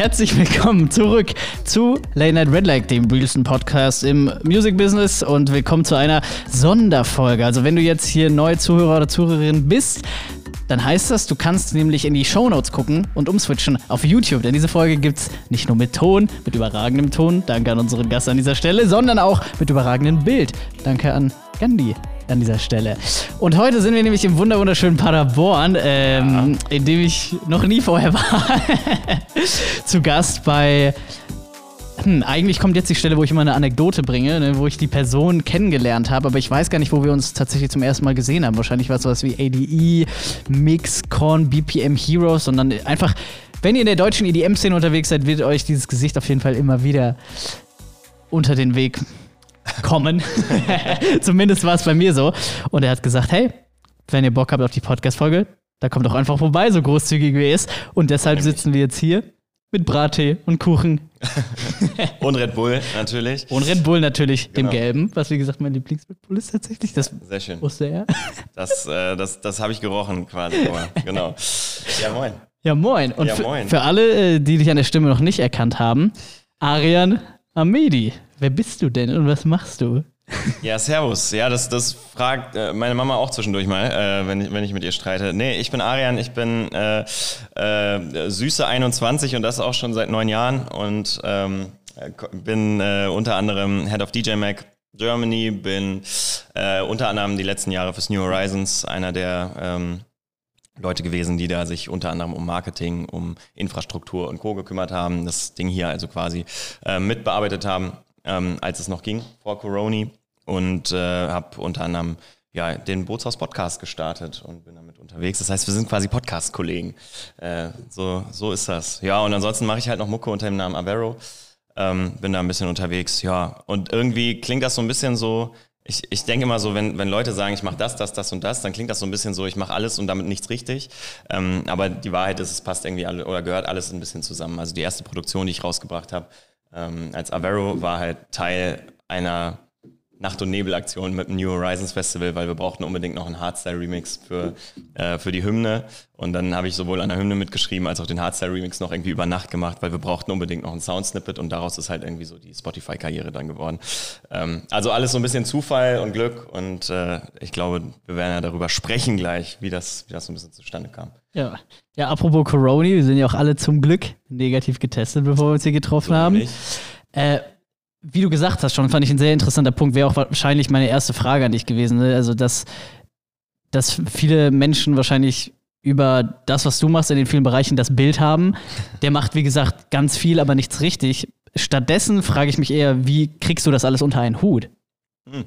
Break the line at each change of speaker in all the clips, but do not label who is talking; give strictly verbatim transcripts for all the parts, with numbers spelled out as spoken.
Herzlich willkommen zurück zu Late Night Red Light, dem realsten Podcast im Music Business, und willkommen zu einer Sonderfolge. Also wenn du jetzt hier neue Zuhörer oder Zuhörerin bist, dann heißt das, du kannst nämlich in die Shownotes gucken und umswitchen auf YouTube, denn diese Folge gibt's nicht nur mit Ton, mit überragendem Ton, danke an unseren Gast an dieser Stelle, sondern auch mit überragendem Bild. Danke an Gandhi an dieser Stelle. Und heute sind wir nämlich im wunderschönen Paderborn, ähm, ja. in dem ich noch nie vorher war, zu Gast bei... Hm, eigentlich kommt jetzt die Stelle, wo ich immer eine Anekdote bringe, ne, wo ich die Person kennengelernt habe, aber ich weiß gar nicht, wo wir uns tatsächlich zum ersten Mal gesehen haben. Wahrscheinlich war es sowas wie A D E, Mixcon, B P M Heroes, sondern einfach, wenn ihr in der deutschen E D M-Szene unterwegs seid, wird euch dieses Gesicht auf jeden Fall immer wieder unter den Weg kommen. Zumindest war es bei mir so. Und er hat gesagt, hey, wenn ihr Bock habt auf die Podcast-Folge, da kommt doch einfach vorbei, so großzügig wie er ist. Und deshalb sitzen wir jetzt hier mit Brattee und Kuchen.
Und Red Bull natürlich.
Und Red Bull natürlich, genau. Dem Gelben, was wie gesagt mein Lieblings-Red Bull ist tatsächlich. Das
Sehr schön.
Wusste er.
Das, äh, das, das habe ich gerochen quasi. Genau. Ja, moin.
Ja, moin. Und
ja, moin.
Für, für alle, die dich an der Stimme noch nicht erkannt haben, Arian Amedi. Wer bist du denn und was machst du?
Ja, servus. Ja, das, das fragt äh, meine Mama auch zwischendurch mal, äh, wenn, ich, wenn ich mit ihr streite. Nee, ich bin Arian, ich bin äh, äh, süße einundzwanzig und das auch schon seit neun Jahren und ähm, bin äh, unter anderem Head of D J Mag Germany, bin äh, unter anderem die letzten Jahre fürs New Horizons einer der ähm, Leute gewesen, die da sich unter anderem um Marketing, um Infrastruktur und Co. gekümmert haben, das Ding hier also quasi äh, mitbearbeitet haben, ähm, als es noch ging, vor Corona. Und äh, habe unter anderem ja, den Bootshaus-Podcast gestartet und bin damit unterwegs. Das heißt, wir sind quasi Podcast-Kollegen. Äh, so, so ist das. Ja, und ansonsten mache ich halt noch Mucke unter dem Namen Avero. Ähm, bin da ein bisschen unterwegs, ja. Und irgendwie klingt das so ein bisschen so, ich, ich denke immer so, wenn, wenn Leute sagen, ich mache das, das, das und das, dann klingt das so ein bisschen so, ich mache alles und damit nichts richtig. Ähm, aber die Wahrheit ist, es passt irgendwie alle, oder gehört alles ein bisschen zusammen. Also die erste Produktion, die ich rausgebracht habe, ähm, als Avero, war halt Teil einer Nacht- und Nebel-Aktion mit dem New Horizons Festival, weil wir brauchten unbedingt noch einen Hardstyle-Remix für, äh, für die Hymne. Und dann habe ich sowohl an der Hymne mitgeschrieben, als auch den Hardstyle-Remix noch irgendwie über Nacht gemacht, weil wir brauchten unbedingt noch ein Soundsnippet und daraus ist halt irgendwie so die Spotify-Karriere dann geworden. Ähm, also alles so ein bisschen Zufall und Glück und äh, ich glaube, wir werden ja darüber sprechen gleich, wie das, wie das so ein bisschen zustande kam.
Ja, ja, apropos Corona, wir sind ja auch alle zum Glück negativ getestet, bevor wir uns hier getroffen so haben. Äh, Wie du gesagt hast schon, fand ich ein sehr interessanter Punkt, wäre auch wahrscheinlich meine erste Frage an dich gewesen. Ne? Also, dass, dass viele Menschen wahrscheinlich über das, was du machst, in den vielen Bereichen das Bild haben. Der macht, wie gesagt, ganz viel, aber nichts richtig. Stattdessen frage ich mich eher, wie kriegst du das alles unter einen Hut?
Hm.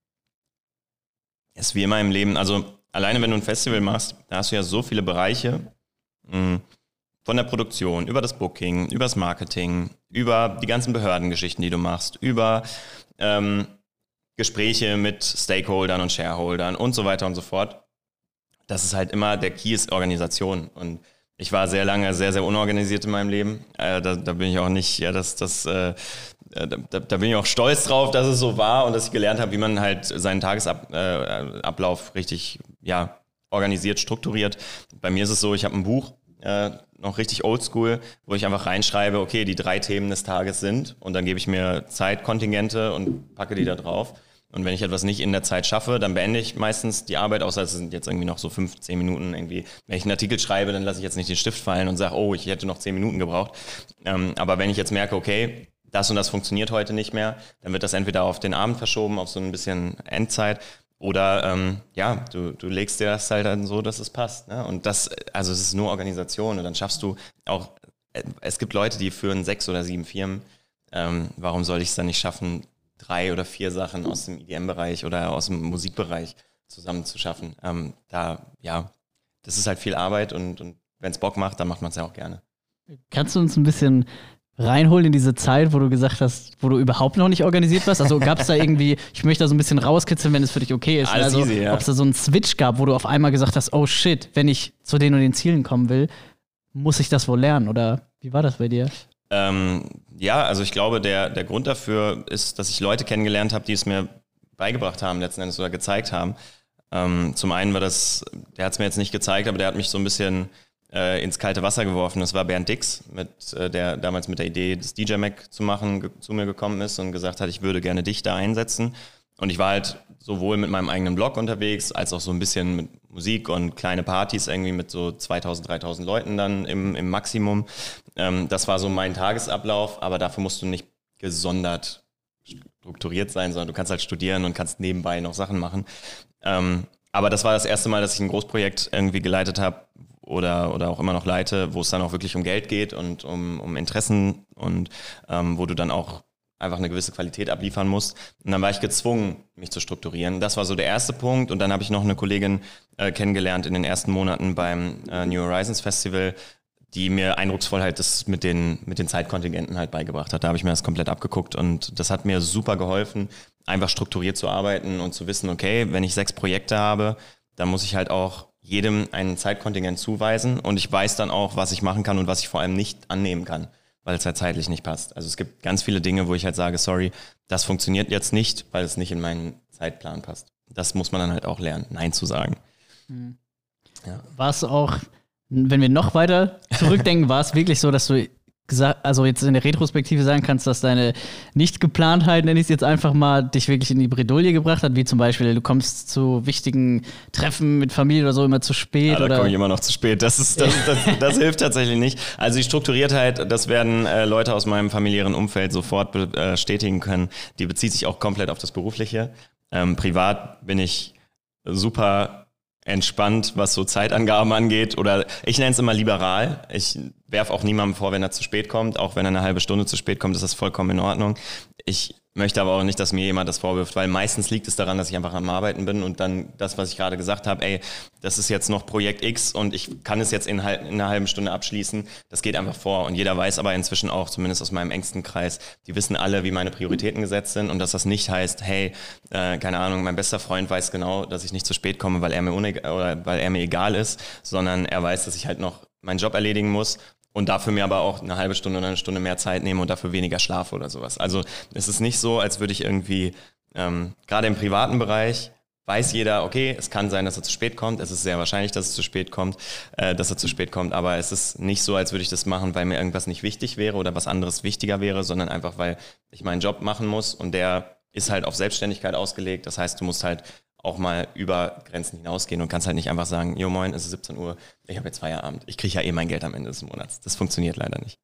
Ist wie immer im Leben. Also, alleine wenn du ein Festival machst, da hast du ja so viele Bereiche. Hm. Von der Produktion, über das Booking, über das Marketing, über die ganzen Behördengeschichten, die du machst, über ähm, Gespräche mit Stakeholdern und Shareholdern und so weiter und so fort. Das ist halt immer, der Key ist Organisation. Und ich war sehr lange sehr, sehr unorganisiert in meinem Leben. Äh, da, da bin ich auch nicht, ja, das, das, äh, da, da bin ich auch stolz drauf, dass es so war und dass ich gelernt habe, wie man halt seinen Tagesablauf äh, richtig, ja, organisiert, strukturiert. Bei mir ist es so, ich habe ein Buch, Äh, noch richtig oldschool, wo ich einfach reinschreibe, okay, die drei Themen des Tages sind und dann gebe ich mir Zeitkontingente und packe die da drauf. Und wenn ich etwas nicht in der Zeit schaffe, dann beende ich meistens die Arbeit, außer es sind jetzt irgendwie noch so fünf, zehn Minuten irgendwie. Wenn ich einen Artikel schreibe, dann lasse ich jetzt nicht den Stift fallen und sage, oh, ich hätte noch zehn Minuten gebraucht. Ähm, aber wenn ich jetzt merke, okay, das und das funktioniert heute nicht mehr, dann wird das entweder auf den Abend verschoben, auf so ein bisschen Endzeit. Oder ähm, ja, du, du legst dir das halt dann so, dass es passt. Ne? Und das, also es ist nur Organisation und dann schaffst du auch, es gibt Leute, die führen sechs oder sieben Firmen. Ähm, warum soll ich es dann nicht schaffen, drei oder vier Sachen aus dem E D M-Bereich oder aus dem Musikbereich zusammen zu schaffen? Ähm, da, ja, das ist halt viel Arbeit und, und wenn es Bock macht, dann macht man es ja auch gerne.
Kannst du uns ein bisschen reinholen in diese Zeit, wo du gesagt hast, wo du überhaupt noch nicht organisiert warst? Also gab es da irgendwie, ich möchte da so ein bisschen rauskitzeln, wenn es für dich okay ist.
Alles
also,
easy, ja.
Ob es da so einen Switch gab, wo du auf einmal gesagt hast, oh shit, wenn ich zu den und den Zielen kommen will, muss ich das wohl lernen? Oder wie war das bei dir?
Ähm, ja, also ich glaube, der, der Grund dafür ist, dass ich Leute kennengelernt habe, die es mir beigebracht haben, letzten Endes oder gezeigt haben. Ähm, zum einen war das, der hat es mir jetzt nicht gezeigt, aber der hat mich so ein bisschen äh, ins kalte Wasser geworfen. Das war Bernd Dix, mit, äh, der damals mit der Idee, das D J-Mac zu machen, ge- zu mir gekommen ist und gesagt hat, ich würde gerne dich da einsetzen. Und ich war halt sowohl mit meinem eigenen Blog unterwegs, als auch so ein bisschen mit Musik und kleine Partys irgendwie mit so zweitausend, dreitausend Leuten dann im, im Maximum. Ähm, das war so mein Tagesablauf, aber dafür musst du nicht gesondert strukturiert sein, sondern du kannst halt studieren und kannst nebenbei noch Sachen machen. Ähm, aber das war das erste Mal, dass ich ein Großprojekt irgendwie geleitet habe oder, oder auch immer noch leite, wo es dann auch wirklich um Geld geht und um, um Interessen und ähm, wo du dann auch einfach eine gewisse Qualität abliefern musst. Und dann war ich gezwungen, mich zu strukturieren. Das war so der erste Punkt. Und dann habe ich noch eine Kollegin äh, kennengelernt in den ersten Monaten beim äh, New Horizons Festival, die mir eindrucksvoll halt das mit den, mit den Zeitkontingenten halt beigebracht hat. Da habe ich mir das komplett abgeguckt und das hat mir super geholfen, einfach strukturiert zu arbeiten und zu wissen, okay, wenn ich sechs Projekte habe, dann muss ich halt auch jedem einen Zeitkontingent zuweisen und ich weiß dann auch, was ich machen kann und was ich vor allem nicht annehmen kann, weil es halt zeitlich nicht passt. Also es gibt ganz viele Dinge, wo ich halt sage, sorry, das funktioniert jetzt nicht, weil es nicht in meinen Zeitplan passt. Das muss man dann halt auch lernen, Nein zu sagen.
Mhm.
Ja.
War es auch, wenn wir noch weiter zurückdenken, war es wirklich so, dass du gesagt, also jetzt in der Retrospektive sagen kannst, dass deine Nicht-Geplantheit, nenne ich es jetzt einfach mal, dich wirklich in die Bredouille gebracht hat, wie zum Beispiel, du kommst zu wichtigen Treffen mit Familie oder so immer zu spät.
Ja, da
oder
komme ich immer noch zu spät. Das, ist, das, das, das hilft tatsächlich nicht. Also die Strukturiertheit, das werden äh, Leute aus meinem familiären Umfeld sofort be- äh, bestätigen können. Die bezieht sich auch komplett auf das Berufliche. Ähm, privat bin ich super entspannt, was so Zeitangaben angeht, oder ich nenne es immer liberal. Ich werfe auch niemandem vor, wenn er zu spät kommt, auch wenn er eine halbe Stunde zu spät kommt, ist das vollkommen in Ordnung. Ich möchte aber auch nicht, dass mir jemand das vorwirft, weil meistens liegt es daran, dass ich einfach am Arbeiten bin und dann das, was ich gerade gesagt habe, ey, das ist jetzt noch Projekt X und ich kann es jetzt in, in einer halben Stunde abschließen, das geht einfach vor und jeder weiß aber inzwischen auch, zumindest aus meinem engsten Kreis, die wissen alle, wie meine Prioritäten gesetzt sind und dass das nicht heißt, hey, äh, keine Ahnung, mein bester Freund weiß genau, dass ich nicht zu spät komme, weil er mir une- oder weil er mir egal ist, sondern er weiß, dass ich halt noch meinen Job erledigen muss. Und dafür mir aber auch eine halbe Stunde oder eine Stunde mehr Zeit nehme und dafür weniger schlafe oder sowas. Also es ist nicht so, als würde ich irgendwie, ähm, gerade im privaten Bereich, weiß jeder, okay, es kann sein, dass er zu spät kommt. Es ist sehr wahrscheinlich, dass es zu spät kommt, äh, dass er zu spät kommt. Aber es ist nicht so, als würde ich das machen, weil mir irgendwas nicht wichtig wäre oder was anderes wichtiger wäre, sondern einfach, weil ich meinen Job machen muss und der ist halt auf Selbstständigkeit ausgelegt. Das heißt, du musst halt auch mal über Grenzen hinausgehen und kannst halt nicht einfach sagen, jo moin, es ist siebzehn Uhr, ich habe jetzt Feierabend. Ich kriege ja eh mein Geld am Ende des Monats. Das funktioniert leider nicht.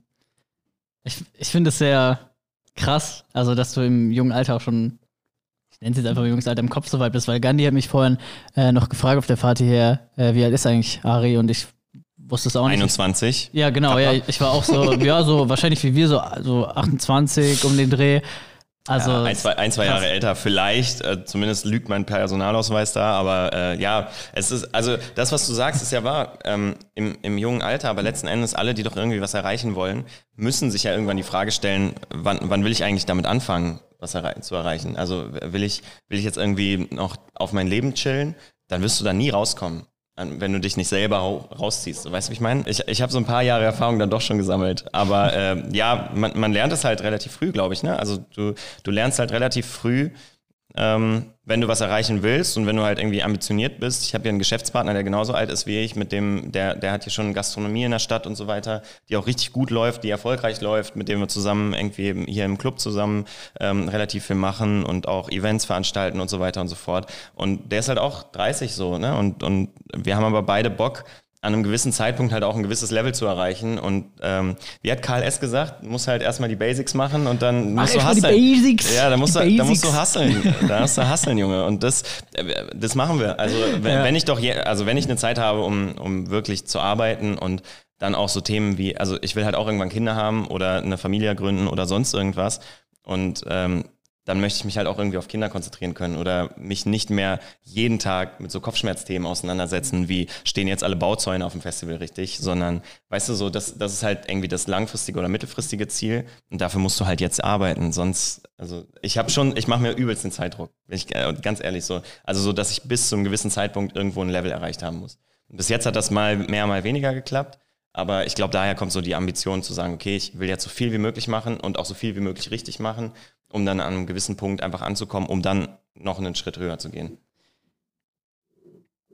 Ich, ich finde es sehr krass, also dass du im jungen Alter auch schon, ich nenne es jetzt einfach im jungen Alter, im Kopf so weit bist, weil Gandhi hat mich vorhin äh, noch gefragt auf der Fahrt hierher, äh, wie alt ist eigentlich Ari, und ich wusste es auch nicht.
einundzwanzig.
Ja, genau,
Papa.
ja, ich war auch so, ja, so wahrscheinlich wie wir, so, so achtundzwanzig um den Dreh. Also
ja, ein, zwei, ein, zwei Jahre älter vielleicht, äh, zumindest lügt mein Personalausweis da, aber äh, ja, es ist, also das, was du sagst, ist ja wahr, ähm, im, im jungen Alter, aber letzten Endes alle, die doch irgendwie was erreichen wollen, müssen sich ja irgendwann die Frage stellen, wann, wann will ich eigentlich damit anfangen, was erre- zu erreichen? Also will ich, will ich jetzt irgendwie noch auf mein Leben chillen, dann wirst du da nie rauskommen, wenn du dich nicht selber rausziehst. Weißt du, wie ich meine? Ich, ich habe so ein paar Jahre Erfahrung dann doch schon gesammelt. Aber äh, ja, man, man lernt es halt relativ früh, glaube ich. Ne? Also du, du lernst halt relativ früh, ähm, wenn du was erreichen willst und wenn du halt irgendwie ambitioniert bist. Ich habe ja einen Geschäftspartner, der genauso alt ist wie ich, mit dem, der, der hat hier schon Gastronomie in der Stadt und so weiter, die auch richtig gut läuft, die erfolgreich läuft, mit dem wir zusammen irgendwie hier im Club zusammen ähm, relativ viel machen und auch Events veranstalten und so weiter und so fort. Und der ist halt auch dreißig so, ne? Und, und wir haben aber beide Bock, an einem gewissen Zeitpunkt halt auch ein gewisses Level zu erreichen. Und ähm, wie hat Karl S. gesagt, musst halt erstmal die Basics machen und dann musst du hustlen.
Die Basics.
Ja, da musst,
die
du, da musst
Basics.
du hustlen. Da musst du hustlen, Junge. Und das, das machen wir. Also wenn,
Ja.
wenn ich doch, je, also wenn ich eine Zeit habe, um, um wirklich zu arbeiten und dann auch so Themen wie, also ich will halt auch irgendwann Kinder haben oder eine Familie gründen oder sonst irgendwas. Und ähm, dann möchte ich mich halt auch irgendwie auf Kinder konzentrieren können oder mich nicht mehr jeden Tag mit so Kopfschmerzthemen auseinandersetzen, wie stehen jetzt alle Bauzäune auf dem Festival richtig, sondern, weißt du, so, das, das ist halt irgendwie das langfristige oder mittelfristige Ziel und dafür musst du halt jetzt arbeiten, sonst, also ich habe schon, ich mache mir übelst den Zeitdruck, bin ich, äh, ganz ehrlich so, also so, dass ich bis zu einem gewissen Zeitpunkt irgendwo ein Level erreicht haben muss. Und bis jetzt hat das mal mehr, mal weniger geklappt, aber ich glaube, daher kommt so die Ambition zu sagen, okay, ich will jetzt so viel wie möglich machen und auch so viel wie möglich richtig machen, um dann an einem gewissen Punkt einfach anzukommen, um dann noch einen Schritt höher zu gehen.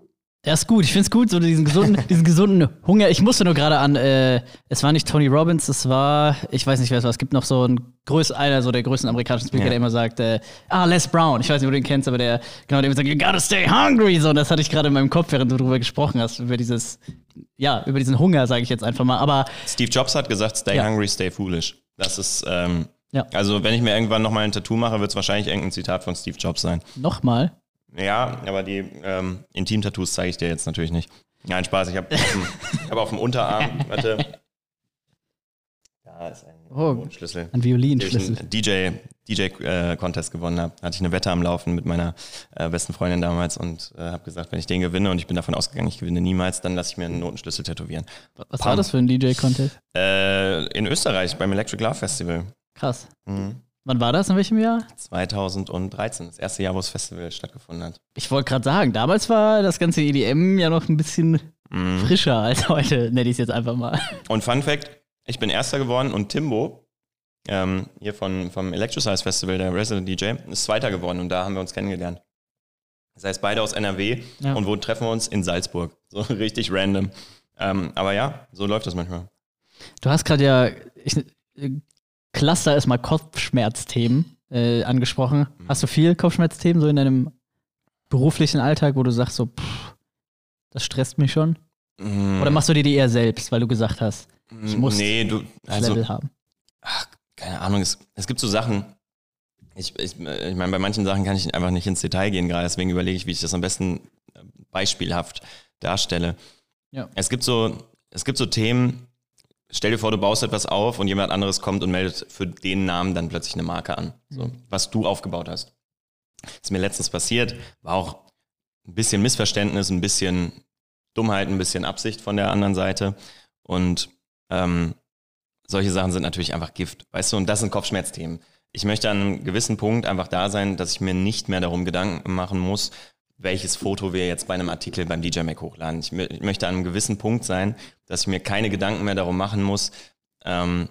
Ja, ist gut. Ich finde es gut, so diesen gesunden, diesen gesunden Hunger. Ich musste nur gerade an, äh, es war nicht Tony Robbins, es war, ich weiß nicht, wer es war. Es gibt noch so einen größten, einer so der größten amerikanischen Speaker,
ja.
der immer sagt, äh, ah, Les Brown. Ich weiß nicht, ob du den kennst, aber der, genau, der immer sagt, you gotta stay hungry. So, und das hatte ich gerade in meinem Kopf, während du darüber gesprochen hast, über dieses, ja, über diesen Hunger, sage ich jetzt einfach mal. Aber
Steve Jobs hat gesagt, stay
ja.
hungry, stay foolish. Das ist, ähm,
ja.
also wenn ich mir irgendwann nochmal ein Tattoo mache, wird es wahrscheinlich irgendein Zitat von Steve Jobs sein.
Nochmal?
Ja, aber die ähm, Intim-Tattoos zeige ich dir jetzt natürlich nicht. Nein, Spaß, ich habe hab auf dem Unterarm, warte, da ist ein
oh,
Schlüssel.
Ein Violinschlüssel.
D J, D J-Contest gewonnen habe. Hatte ich eine Wette am Laufen mit meiner äh, besten Freundin damals und äh, habe gesagt, wenn ich den gewinne und ich bin davon ausgegangen, ich gewinne niemals, dann lasse ich mir einen Notenschlüssel tätowieren.
Was
Pam.
war das für ein D J-Contest?
Äh, in Österreich beim Electric Love Festival.
Krass.
Mhm.
Wann war das? In welchem Jahr?
zweitausenddreizehn, das erste Jahr, wo das Festival stattgefunden hat.
Ich wollte gerade sagen, damals war das ganze E D M ja noch ein bisschen
Mhm.
frischer als heute, nenne ich es jetzt einfach mal.
Und Fun Fact, ich bin Erster geworden und Timbo, ähm, hier von, vom Electricize Festival, der Resident D J, ist Zweiter geworden und da haben wir uns kennengelernt. Das heißt, beide aus N R W
Ja.
und wo treffen wir uns? In Salzburg. So richtig random. Ähm, aber ja, so läuft das manchmal.
Du hast gerade ja, ich äh, cluster erstmal Kopfschmerzthemen äh, angesprochen.
Mhm.
Hast du viel Kopfschmerzthemen so in deinem beruflichen Alltag, wo du sagst so, pff, das stresst mich schon?
Mhm.
Oder machst du dir die eher selbst, weil du gesagt hast, ich muss
nee, du,
das
also,
Level haben?
ach, keine Ahnung, es, es gibt so Sachen, ich, ich, ich meine, bei manchen Sachen kann ich einfach nicht ins Detail gehen gerade, deswegen überlege ich, wie ich das am besten beispielhaft darstelle.
Ja.
Es gibt so, es gibt so Themen, stell dir vor, du baust etwas auf und jemand anderes kommt und meldet für den Namen dann plötzlich eine Marke an, so, was du aufgebaut hast. Das ist mir letztens passiert, war auch ein bisschen Missverständnis, ein bisschen Dummheit, ein bisschen Absicht von der anderen Seite und ähm, solche Sachen sind natürlich einfach Gift, weißt du, und das sind Kopfschmerzthemen. Ich möchte an einem gewissen Punkt einfach da sein, dass ich mir nicht mehr darum Gedanken machen muss, welches Foto wir jetzt bei einem Artikel beim D J Mac hochladen. Ich, ich möchte an einem gewissen Punkt sein, dass ich mir keine Gedanken mehr darum machen muss, ähm,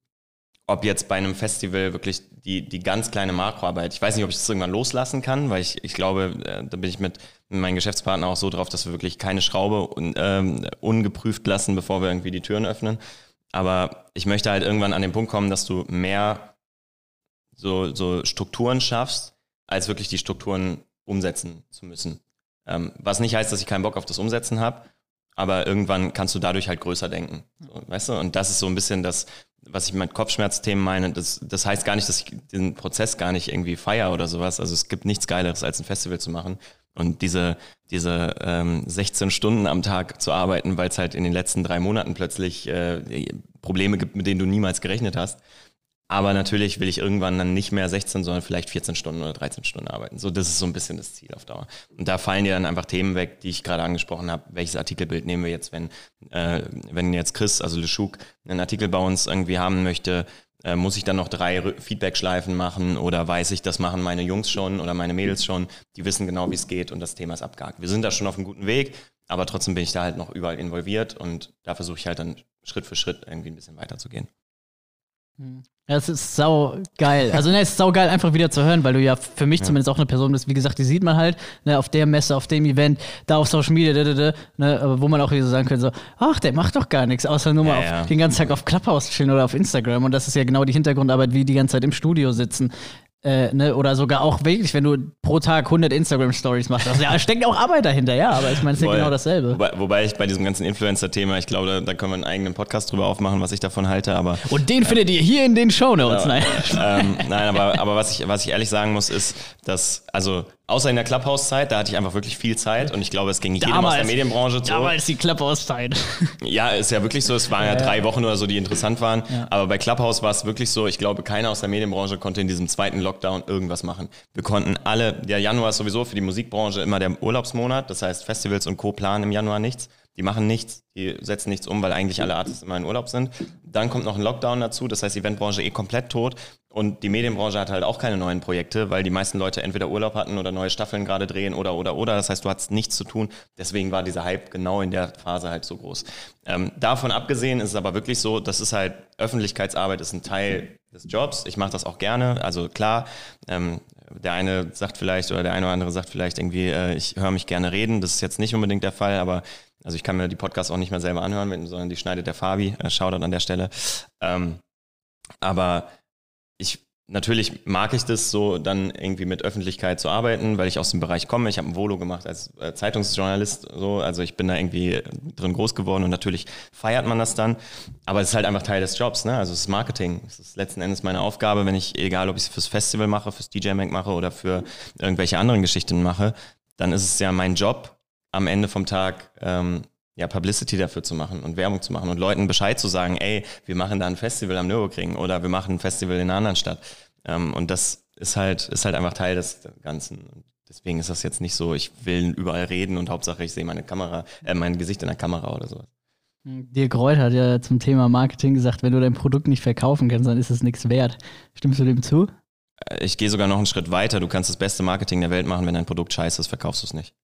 ob jetzt bei einem Festival wirklich die, die ganz kleine Makroarbeit, ich weiß nicht, ob ich das irgendwann loslassen kann, weil ich, ich glaube, äh, da bin ich mit, mit meinem Geschäftspartner auch so drauf, dass wir wirklich keine Schraube un, ähm, ungeprüft lassen, bevor wir irgendwie die Türen öffnen. Aber ich möchte halt irgendwann an den Punkt kommen, dass du mehr so, so Strukturen schaffst, als wirklich die Strukturen umsetzen zu müssen. Ähm, was nicht heißt, dass ich keinen Bock auf das Umsetzen habe, aber irgendwann kannst du dadurch halt größer denken. So, weißt du? Und das ist so ein bisschen das, was ich mit Kopfschmerzthemen meine. Das, das heißt gar nicht, dass ich den Prozess gar nicht irgendwie feiere oder sowas. Also es gibt nichts Geileres, als ein Festival zu machen. Und diese, diese ähm, sechzehn Stunden am Tag zu arbeiten, weil es halt in den letzten drei Monaten plötzlich äh, Probleme gibt, mit denen du niemals gerechnet hast. Aber natürlich will ich irgendwann dann nicht mehr sechzehn, sondern vielleicht vierzehn Stunden oder dreizehn Stunden arbeiten. So, das ist so ein bisschen das Ziel auf Dauer. Und da fallen dir dann einfach Themen weg, die ich gerade angesprochen habe. Welches Artikelbild nehmen wir jetzt, wenn, äh, wenn jetzt Chris, also Leschuk, einen Artikel bei uns irgendwie haben möchte, äh, muss ich dann noch drei Feedback-Schleifen machen oder weiß ich, das machen meine Jungs schon oder meine Mädels schon. Die wissen genau, wie es geht und das Thema ist abgehakt. Wir sind da schon auf einem guten Weg, aber trotzdem bin ich da halt noch überall involviert und da versuche ich halt dann Schritt für Schritt irgendwie ein bisschen weiterzugehen.
Ja, es ist sau geil. Also, ne, es ist sau geil, einfach wieder zu hören, weil du ja für mich
Ja.
zumindest auch eine Person bist. Wie gesagt, die sieht man halt, ne, auf der Messe, auf dem Event, da auf Social Media, da, da, da, ne, aber wo man auch wieder so sagen könnte, so, ach, der macht doch gar nichts, außer nur mal
Ja,
auf,
ja.
den ganzen Tag auf Clubhouse chillen oder auf Instagram. Und das ist ja genau die Hintergrundarbeit, wie die ganze Zeit im Studio sitzen. Äh, ne, oder sogar auch wirklich, wenn du pro Tag hundert Instagram-Stories machst. Also, ja, steckt auch Arbeit dahinter, ja, aber ich meine, es ist ja
Voll.
genau dasselbe.
Wobei, wobei ich bei diesem ganzen Influencer-Thema, ich glaube, da, da können wir einen eigenen Podcast drüber aufmachen, was ich davon halte, aber
Und den findet ihr hier in den Shownotes. Nein.
ähm, nein, aber, aber was, ich, was ich ehrlich sagen muss, ist, dass, also außer in der Clubhouse-Zeit, da hatte ich einfach wirklich viel Zeit und ich glaube, es ging jedem aus der Medienbranche so.
Damals die Clubhouse-Zeit.
Ja, ist ja wirklich so, es waren ja,
Ja, ja.
drei Wochen oder so, die interessant waren,
Ja.
aber bei Clubhouse war es wirklich so, ich glaube, keiner aus der Medienbranche konnte in diesem zweiten Lockdown irgendwas machen. Wir konnten alle, der Januar ist sowieso für die Musikbranche immer der Urlaubsmonat, das heißt Festivals und Co. planen im Januar nichts. Die machen nichts, die setzen nichts um, weil eigentlich alle Artists immer in Urlaub sind. Dann kommt noch ein Lockdown dazu, das heißt, die Eventbranche eh komplett tot und die Medienbranche hat halt auch keine neuen Projekte, weil die meisten Leute entweder Urlaub hatten oder neue Staffeln gerade drehen oder, oder, oder. Das heißt, du hattest nichts zu tun. Deswegen war dieser Hype genau in der Phase halt so groß. Ähm, davon abgesehen ist es aber wirklich so, das ist halt, Öffentlichkeitsarbeit ist ein Teil des Jobs. Ich mache das auch gerne. Also klar, ähm, der eine sagt vielleicht oder der eine oder andere sagt vielleicht irgendwie, äh, ich höre mich gerne reden. Das ist jetzt nicht unbedingt der Fall, aber also ich kann mir die Podcasts auch nicht mehr selber anhören, sondern die schneidet der Fabi. Äh, Shoutout an der Stelle. Ähm, aber ich Natürlich mag ich das so, dann irgendwie mit Öffentlichkeit zu arbeiten, weil ich aus dem Bereich komme. Ich habe ein Volo gemacht als äh, Zeitungsjournalist, so, also ich bin da irgendwie drin groß geworden und natürlich feiert man das dann. Aber es ist halt einfach Teil des Jobs, ne? Also es ist Marketing. Es ist letzten Endes meine Aufgabe, wenn ich, egal ob ich es fürs Festival mache, fürs D J-Mag mache oder für irgendwelche anderen Geschichten mache, dann ist es ja mein Job, am Ende vom Tag ähm, ja, Publicity dafür zu machen und Werbung zu machen und Leuten Bescheid zu sagen, ey, wir machen da ein Festival am Nürburgring oder wir machen ein Festival in einer anderen Stadt. Ähm, und das ist halt, ist halt einfach Teil des Ganzen. Und deswegen ist das jetzt nicht so, ich will überall reden und Hauptsache ich sehe meine Kamera, äh, mein Gesicht in der Kamera oder sowas.
Dirk Reuth hat ja zum Thema Marketing gesagt, wenn du dein Produkt nicht verkaufen kannst, dann ist es nichts wert. Stimmst du dem zu?
Ich gehe sogar noch einen Schritt weiter. Du kannst das beste Marketing der Welt machen, wenn dein Produkt scheiße ist, verkaufst du es nicht.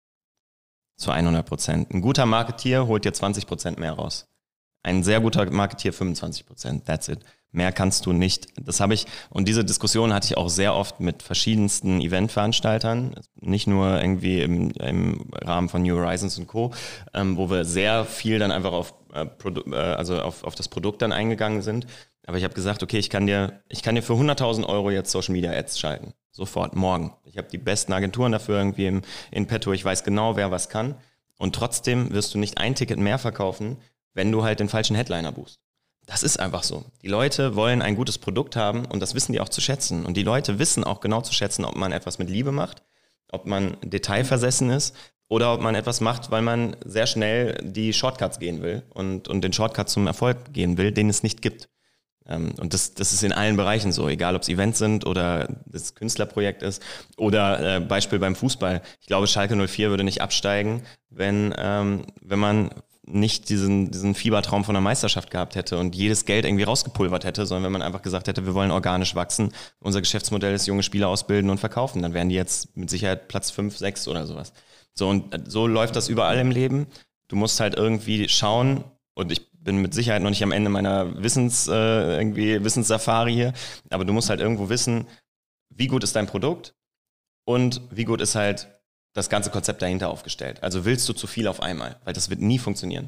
Zu hundert Prozent. Ein guter Marketier holt dir zwanzig Prozent mehr raus. Ein sehr guter Marketier fünfundzwanzig Prozent. That's it. Mehr kannst du nicht. Das habe ich, und diese Diskussion hatte ich auch sehr oft mit verschiedensten Eventveranstaltern, nicht nur irgendwie im, im Rahmen von New Horizons und Co., ähm, wo wir sehr viel dann einfach auf, äh, Produ- äh, also auf, auf das Produkt dann eingegangen sind. Aber ich habe gesagt, okay, ich kann dir, ich kann dir für hunderttausend Euro jetzt Social Media Ads schalten. Sofort, morgen. Ich habe die besten Agenturen dafür irgendwie im, in petto. Ich weiß genau, wer was kann. Und trotzdem wirst du nicht ein Ticket mehr verkaufen, wenn du halt den falschen Headliner buchst. Das ist einfach so. Die Leute wollen ein gutes Produkt haben und das wissen die auch zu schätzen. Und die Leute wissen auch genau zu schätzen, ob man etwas mit Liebe macht, ob man detailversessen ist oder ob man etwas macht, weil man sehr schnell die Shortcuts gehen will und, und den Shortcut zum Erfolg gehen will, den es nicht gibt. Und das, das ist in allen Bereichen so, egal ob es Events sind oder das Künstlerprojekt ist oder äh, Beispiel beim Fußball. Ich glaube, Schalke null vier würde nicht absteigen, wenn, ähm, wenn man nicht diesen, diesen Fiebertraum von der Meisterschaft gehabt hätte und jedes Geld irgendwie rausgepulvert hätte, sondern wenn man einfach gesagt hätte, wir wollen organisch wachsen, unser Geschäftsmodell ist junge Spieler ausbilden und verkaufen, dann wären die jetzt mit Sicherheit Platz fünf, sechs oder sowas. So, und so läuft das überall im Leben. Du musst halt irgendwie schauen, und ich bin mit Sicherheit noch nicht am Ende meiner Wissens, äh, irgendwie Wissenssafari hier, aber du musst halt irgendwo wissen, wie gut ist dein Produkt und wie gut ist halt das ganze Konzept dahinter aufgestellt. Also willst du zu viel auf einmal, weil das wird nie funktionieren.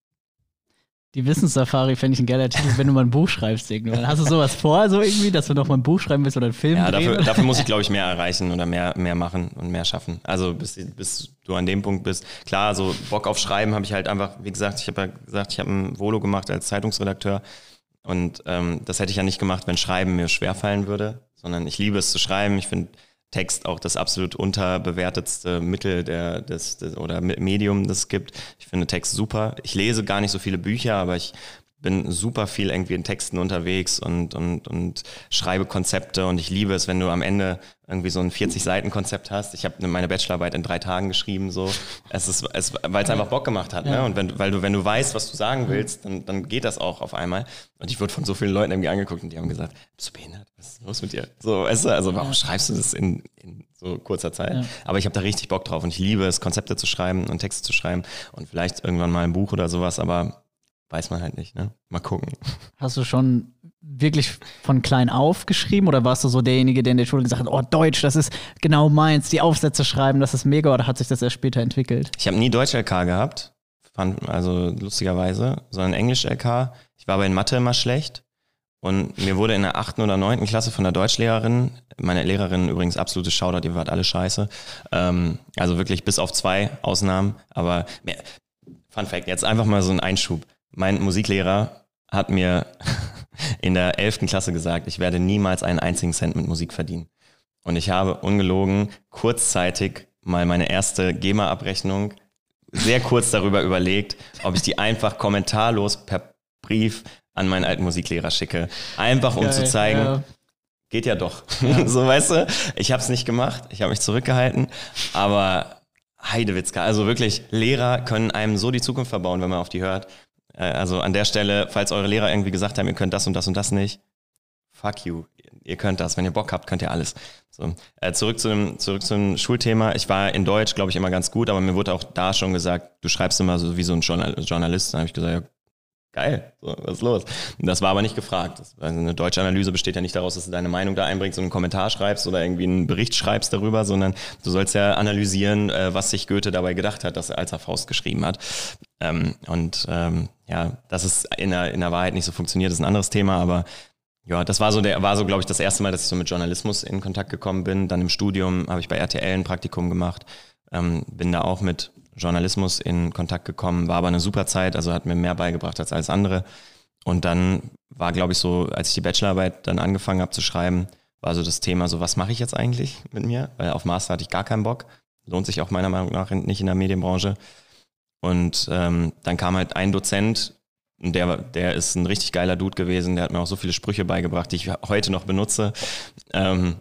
Die Wissenssafari fände ich ein geiler Titel, wenn du mal ein Buch schreibst irgendwann. Hast du sowas vor, so irgendwie, dass du noch mal ein Buch schreiben willst oder einen Film
ja,
drehen?
Dafür, dafür muss ich, glaube ich, mehr erreichen oder mehr, mehr machen und mehr schaffen. Also bis, bis du an dem Punkt bist. Klar, so Bock auf Schreiben habe ich halt einfach, wie gesagt, ich habe ja gesagt, ich habe ein Volo gemacht als Zeitungsredakteur und ähm, das hätte ich ja nicht gemacht, wenn Schreiben mir schwerfallen würde, sondern ich liebe es zu schreiben. Ich finde Text auch das absolut unterbewertetste Mittel der, des, des, oder Medium, das es gibt. Ich finde Text super. Ich lese gar nicht so viele Bücher, aber ich bin super viel irgendwie in Texten unterwegs und, und, und schreibe Konzepte und ich liebe es, wenn du am Ende irgendwie so ein vierzig-Seiten-Konzept hast. Ich habe meine Bachelorarbeit in drei Tagen geschrieben, so. Es ist, es, weil es einfach Bock gemacht hat, ja. Ne? Und wenn, weil du, wenn du weißt, was du sagen willst, dann, dann geht das auch auf einmal. Und ich wurde von so vielen Leuten irgendwie angeguckt und die haben gesagt, bist du behindert? Was ist los mit dir? So, weißt du, also warum schreibst du das in, in so kurzer Zeit? Ja. Aber ich habe da richtig Bock drauf und ich liebe es, Konzepte zu schreiben und Texte zu schreiben und vielleicht irgendwann mal ein Buch oder sowas, aber weiß man halt nicht, ne? Mal gucken.
Hast du schon wirklich von klein auf geschrieben oder warst du so derjenige, der in der Schule gesagt hat, oh, Deutsch, das ist genau meins, die Aufsätze schreiben, das ist mega, oder hat sich das erst später entwickelt?
Ich habe nie Deutsch-L K gehabt, fand, also lustigerweise, sondern Englisch-L K. Ich war aber in Mathe immer schlecht und mir wurde in der achten oder neunten Klasse von der Deutschlehrerin, meine Lehrerin übrigens absolutes Shoutout, ihr wart alle scheiße, ähm, also wirklich bis auf zwei Ausnahmen, aber mehr, Fun Fact, jetzt einfach mal so ein Einschub. Mein Musiklehrer hat mir in der elften Klasse gesagt, ich werde niemals einen einzigen Cent mit Musik verdienen. Und ich habe ungelogen kurzzeitig mal meine erste GEMA-Abrechnung sehr kurz darüber überlegt, ob ich die einfach kommentarlos per Brief an meinen alten Musiklehrer schicke. Einfach um Geil, zu zeigen, ja. Geht ja doch. Ja. So, weißt du, ich habe es nicht gemacht, ich habe mich zurückgehalten, aber Heidewitzka, also wirklich, Lehrer können einem so die Zukunft verbauen, wenn man auf die hört. Also an der Stelle, falls eure Lehrer irgendwie gesagt haben, ihr könnt das und das und das nicht, fuck you, ihr könnt das. Wenn ihr Bock habt, könnt ihr alles. So, äh, zurück zu dem, zurück zum Schulthema. Ich war in Deutsch, glaube ich, immer ganz gut, aber mir wurde auch da schon gesagt, du schreibst immer so wie so ein Journalist. Dann habe ich gesagt, ja, geil, so, was ist los? Und das war aber nicht gefragt. Das, also eine deutsche Analyse besteht ja nicht daraus, dass du deine Meinung da einbringst und einen Kommentar schreibst oder irgendwie einen Bericht schreibst darüber, sondern du sollst ja analysieren, äh, was sich Goethe dabei gedacht hat, dass er als er Faust geschrieben hat. Ähm, und ähm, ja, dass es in der, in der Wahrheit nicht so funktioniert, ist ein anderes Thema, aber ja, das war so, der war so, glaube ich, das erste Mal, dass ich so mit Journalismus in Kontakt gekommen bin. Dann im Studium habe ich bei R T L ein Praktikum gemacht, ähm, bin da auch mit Journalismus in Kontakt gekommen, war aber eine super Zeit, also hat mir mehr beigebracht als alles andere. Und dann war, glaube ich, so, als ich die Bachelorarbeit dann angefangen habe zu schreiben, war so das Thema so, was mache ich jetzt eigentlich mit mir? Weil auf Master hatte ich gar keinen Bock. Lohnt sich auch meiner Meinung nach nicht in der Medienbranche. Und ähm, dann kam halt ein Dozent, und der, der ist ein richtig geiler Dude gewesen, der hat mir auch so viele Sprüche beigebracht, die ich heute noch benutze. Ähm,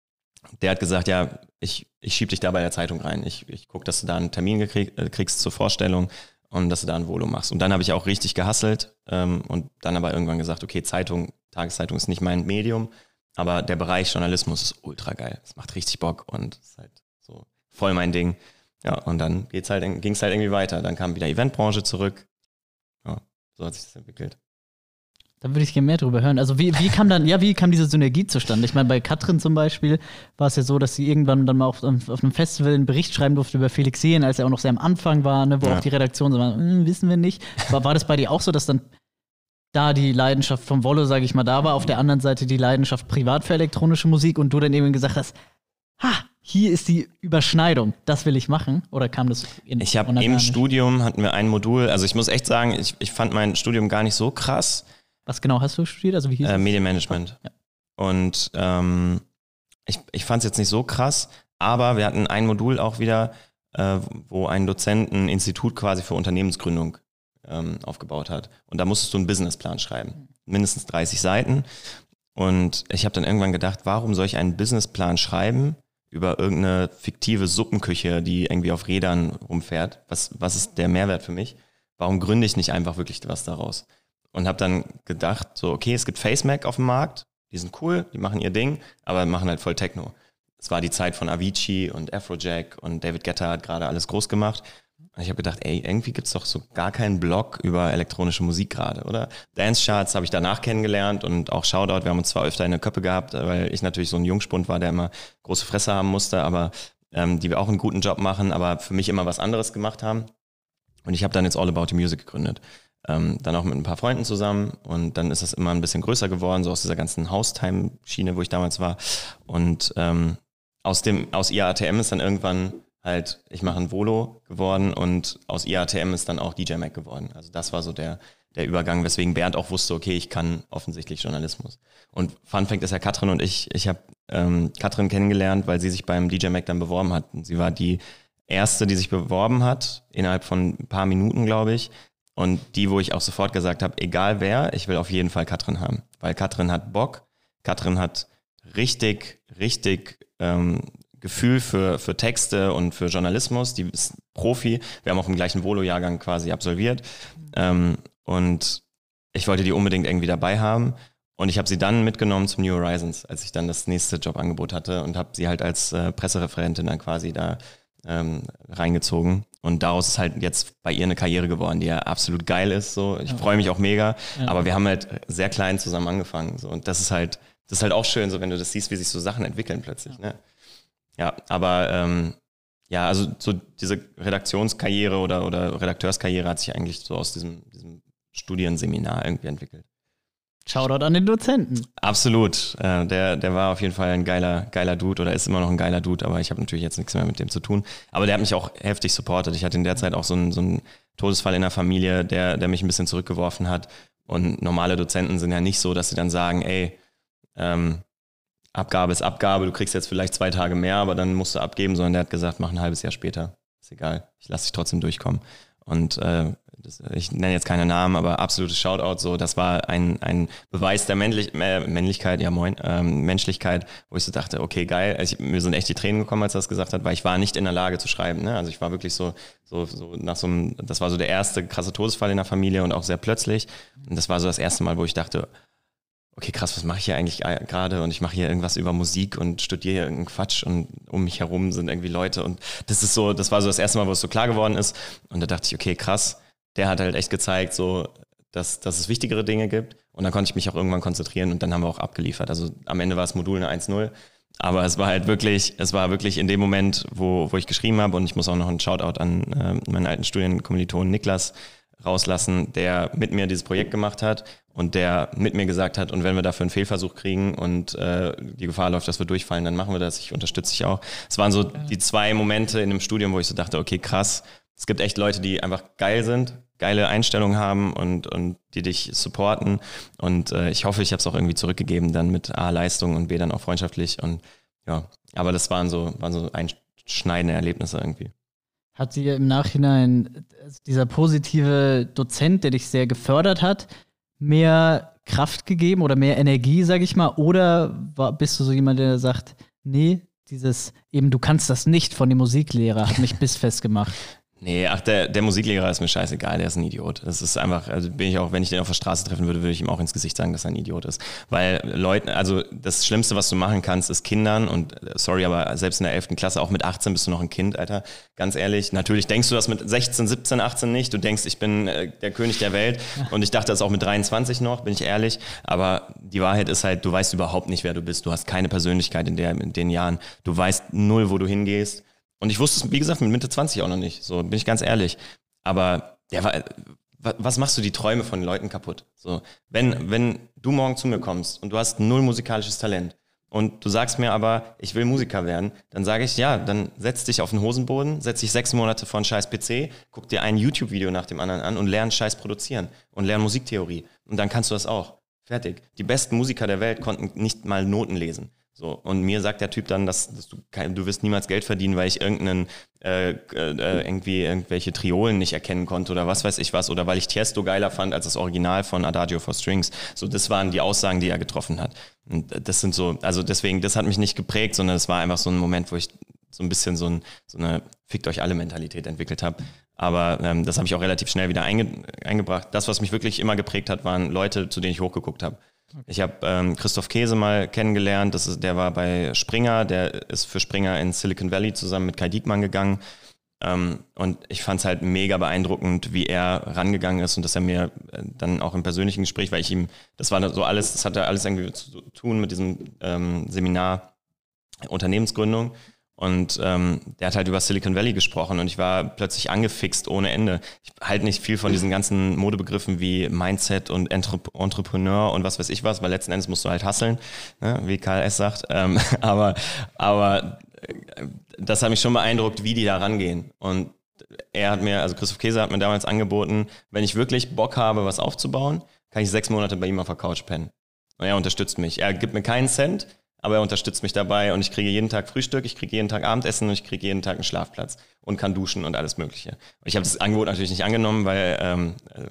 der hat gesagt, ja, ich, ich schieb dich da bei der Zeitung rein. Ich, ich gucke, dass du da einen Termin gekrieg, äh, kriegst zur Vorstellung und dass du da ein Volo machst. Und dann habe ich auch richtig gehustelt ähm, und dann aber irgendwann gesagt, okay, Zeitung, Tageszeitung ist nicht mein Medium, aber der Bereich Journalismus ist ultra geil. Es macht richtig Bock und ist halt so voll mein Ding. Ja, und dann geht's halt, ging es halt irgendwie weiter. Dann kam wieder Eventbranche zurück. Ja. So hat sich das entwickelt.
Da würde ich gerne mehr drüber hören. Also wie, wie kam dann, ja, wie kam diese Synergie zustande? Ich meine, bei Katrin zum Beispiel war es ja so, dass sie irgendwann dann mal auf, auf einem Festival einen Bericht schreiben durfte über Felix Jähn, als er auch noch sehr am Anfang war, ne, wo ja. auch die Redaktion so war, hm, wissen wir nicht. Aber war das bei dir auch so, dass dann da die Leidenschaft vom Wollo, sage ich mal, da war, auf der anderen Seite die Leidenschaft privat für elektronische Musik und du dann eben gesagt hast, ha, hier ist die Überschneidung, das will ich machen? Oder kam das in
Ich habe im Studium, hatten wir ein Modul, also ich muss echt sagen, ich, ich fand mein Studium gar nicht so krass.
Was genau hast du studiert? Also wie hieß
äh, Medienmanagement. Ja. Und ähm, ich, ich fand es jetzt nicht so krass, aber wir hatten ein Modul auch wieder, äh, wo ein Dozent ein Institut quasi für Unternehmensgründung ähm, aufgebaut hat. Und da musstest du einen Businessplan schreiben, mindestens dreißig Seiten. Und ich habe dann irgendwann gedacht, warum soll ich einen Businessplan schreiben über irgendeine fiktive Suppenküche, die irgendwie auf Rädern rumfährt? Was, was ist der Mehrwert für mich? Warum gründe ich nicht einfach wirklich was daraus? Und habe dann gedacht, so okay, es gibt FaceMac auf dem Markt, die sind cool, die machen ihr Ding, aber machen halt voll Techno. Es war die Zeit von Avicii und Afrojack und David Guetta hat gerade alles groß gemacht. Und ich habe gedacht, ey, irgendwie gibt's doch so gar keinen Blog über elektronische Musik gerade, oder? Dance Charts habe ich danach kennengelernt und auch Shoutout, wir haben uns zwar öfter in der Köppe gehabt, weil ich natürlich so ein Jungspund war, der immer große Fresse haben musste, aber ähm, die wir auch einen guten Job machen, aber für mich immer was anderes gemacht haben. Und ich habe dann jetzt All About the Music gegründet. Ähm, dann auch mit ein paar Freunden zusammen und dann ist das immer ein bisschen größer geworden, so aus dieser ganzen Haustime-Schiene, wo ich damals war. Und ähm, aus dem aus I A T M ist dann irgendwann halt, ich mache ein Volo geworden und aus I A T M ist dann auch D J Mac geworden. Also das war so der der Übergang, weswegen Bernd auch wusste, okay, ich kann offensichtlich Journalismus. Und Fun Fact ist ja Katrin und ich, ich habe ähm, Katrin kennengelernt, weil sie sich beim D J Mac dann beworben hat. Und sie war die erste, die sich beworben hat, innerhalb von ein paar Minuten, glaube ich. Und die, wo ich auch sofort gesagt habe, egal wer, ich will auf jeden Fall Katrin haben. Weil Katrin hat Bock, Katrin hat richtig, richtig ähm, Gefühl für, für Texte und für Journalismus. Die ist Profi. Wir haben auch im gleichen Volo-Jahrgang quasi absolviert. Ähm, und ich wollte die unbedingt irgendwie dabei haben. Und ich habe sie dann mitgenommen zum New Horizons, als ich dann das nächste Jobangebot hatte und habe sie halt als äh, Pressereferentin dann quasi da ähm, reingezogen. Und daraus ist halt jetzt bei ihr eine Karriere geworden, die ja absolut geil ist. So, ich ja. freue mich auch mega. Ja. Aber wir haben halt sehr klein zusammen angefangen. So. Und das ist halt, das ist halt auch schön, so wenn du das siehst, wie sich so Sachen entwickeln plötzlich. Ja, ne? Ja, aber ähm, ja, also so diese Redaktionskarriere oder, oder Redakteurskarriere hat sich eigentlich so aus diesem, diesem Studienseminar irgendwie entwickelt.
Shoutout an den Dozenten.
Absolut. Äh, der, der war auf jeden Fall ein geiler, geiler Dude oder ist immer noch ein geiler Dude, aber ich habe natürlich jetzt nichts mehr mit dem zu tun. Aber der hat mich auch heftig supportet. Ich hatte in der Zeit auch so einen, so einen Todesfall in der Familie, der, der mich ein bisschen zurückgeworfen hat. Und normale Dozenten sind ja nicht so, dass sie dann sagen, ey, ähm, Abgabe ist Abgabe, du kriegst jetzt vielleicht zwei Tage mehr, aber dann musst du abgeben, sondern der hat gesagt, mach ein halbes Jahr später. Ist egal, ich lasse dich trotzdem durchkommen. Und äh, das, ich nenne jetzt keine Namen, aber absolutes Shoutout, so, das war ein, ein Beweis der Männlich äh, Männlichkeit, ja moin, ähm, Menschlichkeit, wo ich so dachte, okay, geil, also ich, mir sind echt die Tränen gekommen, als er das gesagt hat, weil ich war nicht in der Lage zu schreiben, ne? Also ich war wirklich so, so, so nach so einem, das war so der erste krasse Todesfall in der Familie und auch sehr plötzlich. Und das war so das erste Mal, wo ich dachte, okay, krass, was mache ich hier eigentlich gerade? Und ich mache hier irgendwas über Musik und studiere hier irgendeinen Quatsch und um mich herum sind irgendwie Leute. Und das ist so, das war so das erste Mal, wo es so klar geworden ist. Und da dachte ich, okay, krass, der hat halt echt gezeigt, so, dass, dass es wichtigere Dinge gibt. Und dann konnte ich mich auch irgendwann konzentrieren und dann haben wir auch abgeliefert. Also am Ende war das Modul eine eins null. Aber es war halt wirklich, es war wirklich in dem Moment, wo, wo ich geschrieben habe, und ich muss auch noch einen Shoutout an äh, meinen alten Studienkommilitonen Niklas rauslassen, der mit mir dieses Projekt gemacht hat und der mit mir gesagt hat, und wenn wir dafür einen Fehlversuch kriegen und äh, die Gefahr läuft, dass wir durchfallen, dann machen wir das, ich unterstütze dich auch. Es waren so die zwei Momente in dem Studium, wo ich so dachte, okay, krass, es gibt echt Leute, die einfach geil sind, geile Einstellungen haben und, und die dich supporten. Und äh, ich hoffe, ich habe es auch irgendwie zurückgegeben, dann mit A, Leistung und B, dann auch freundschaftlich. Und ja, aber das waren so, waren so einschneidende Erlebnisse irgendwie.
Hat dir im Nachhinein dieser positive Dozent, der dich sehr gefördert hat, mehr Kraft gegeben oder mehr Energie, sag ich mal? Oder war, bist du so jemand, der sagt, nee, dieses eben, du kannst das nicht von dem Musiklehrer, hat mich bissfest gemacht?
Nee, ach, der, der Musiklehrer ist mir scheißegal, der ist ein Idiot. Das ist einfach, also bin ich auch, wenn ich den auf der Straße treffen würde, würde ich ihm auch ins Gesicht sagen, dass er ein Idiot ist. Weil Leuten, also das Schlimmste, was du machen kannst, ist Kindern, und sorry, aber selbst in der elften Klasse, auch mit achtzehn bist du noch ein Kind, Alter. Ganz ehrlich, natürlich denkst du das mit sechzehn, siebzehn, achtzehn nicht. Du denkst, ich bin äh, der König der Welt, und ich dachte das auch mit dreiundzwanzig noch, bin ich ehrlich. Aber die Wahrheit ist halt, du weißt überhaupt nicht, wer du bist. Du hast keine Persönlichkeit in, der, in den Jahren. Du weißt null, wo du hingehst. Und ich wusste es, wie gesagt, mit Mitte zwanzig auch noch nicht, so bin ich ganz ehrlich. Aber ja, was machst du die Träume von Leuten kaputt? So, wenn, wenn du morgen zu mir kommst und du hast null musikalisches Talent und du sagst mir aber, ich will Musiker werden, dann sage ich, ja, dann setz dich auf den Hosenboden, setz dich sechs Monate vor einen scheiß P C, guck dir ein YouTube-Video nach dem anderen an und lern scheiß produzieren und lern Musiktheorie. Und dann kannst du das auch. Fertig. Die besten Musiker der Welt konnten nicht mal Noten lesen. So, und mir sagt der Typ dann, dass, dass du kein, du wirst niemals Geld verdienen, weil ich irgendeinen äh, äh, irgendwie irgendwelche Triolen nicht erkennen konnte oder was weiß ich was, oder weil ich Tiesto geiler fand als das Original von Adagio for Strings. So, das waren die Aussagen, die er getroffen hat. Und das sind so, also deswegen, das hat mich nicht geprägt, sondern es war einfach so ein Moment, wo ich so ein bisschen so, ein, so eine Fickt euch alle Mentalität entwickelt habe. Aber ähm, das habe ich auch relativ schnell wieder einge, eingebracht. Das, was mich wirklich immer geprägt hat, waren Leute, zu denen ich hochgeguckt habe. Ich habe ähm, Christoph Käse mal kennengelernt, das ist, der war bei Springer, der ist für Springer in Silicon Valley zusammen mit Kai Diekmann gegangen, ähm, und ich fand es halt mega beeindruckend, wie er rangegangen ist und dass er mir äh, dann auch im persönlichen Gespräch, weil ich ihm, das war so alles, das hatte alles irgendwie zu tun mit diesem ähm, Seminar Unternehmensgründung. Und ähm, der hat halt über Silicon Valley gesprochen und ich war plötzlich angefixt ohne Ende. Ich halte nicht viel von diesen ganzen Modebegriffen wie Mindset und Entrep- Entrepreneur und was weiß ich was, weil letzten Endes musst du halt hustlen, ne, wie Karl S. sagt. Ähm, aber, aber das hat mich schon beeindruckt, wie die da rangehen. Und er hat mir, also Christoph Käse hat mir damals angeboten, wenn ich wirklich Bock habe, was aufzubauen, kann ich sechs Monate bei ihm auf der Couch pennen. Und er unterstützt mich. Er gibt mir keinen Cent, aber er unterstützt mich dabei und ich kriege jeden Tag Frühstück, ich kriege jeden Tag Abendessen und ich kriege jeden Tag einen Schlafplatz und kann duschen und alles Mögliche. Und ich habe das Angebot natürlich nicht angenommen, weil ähm,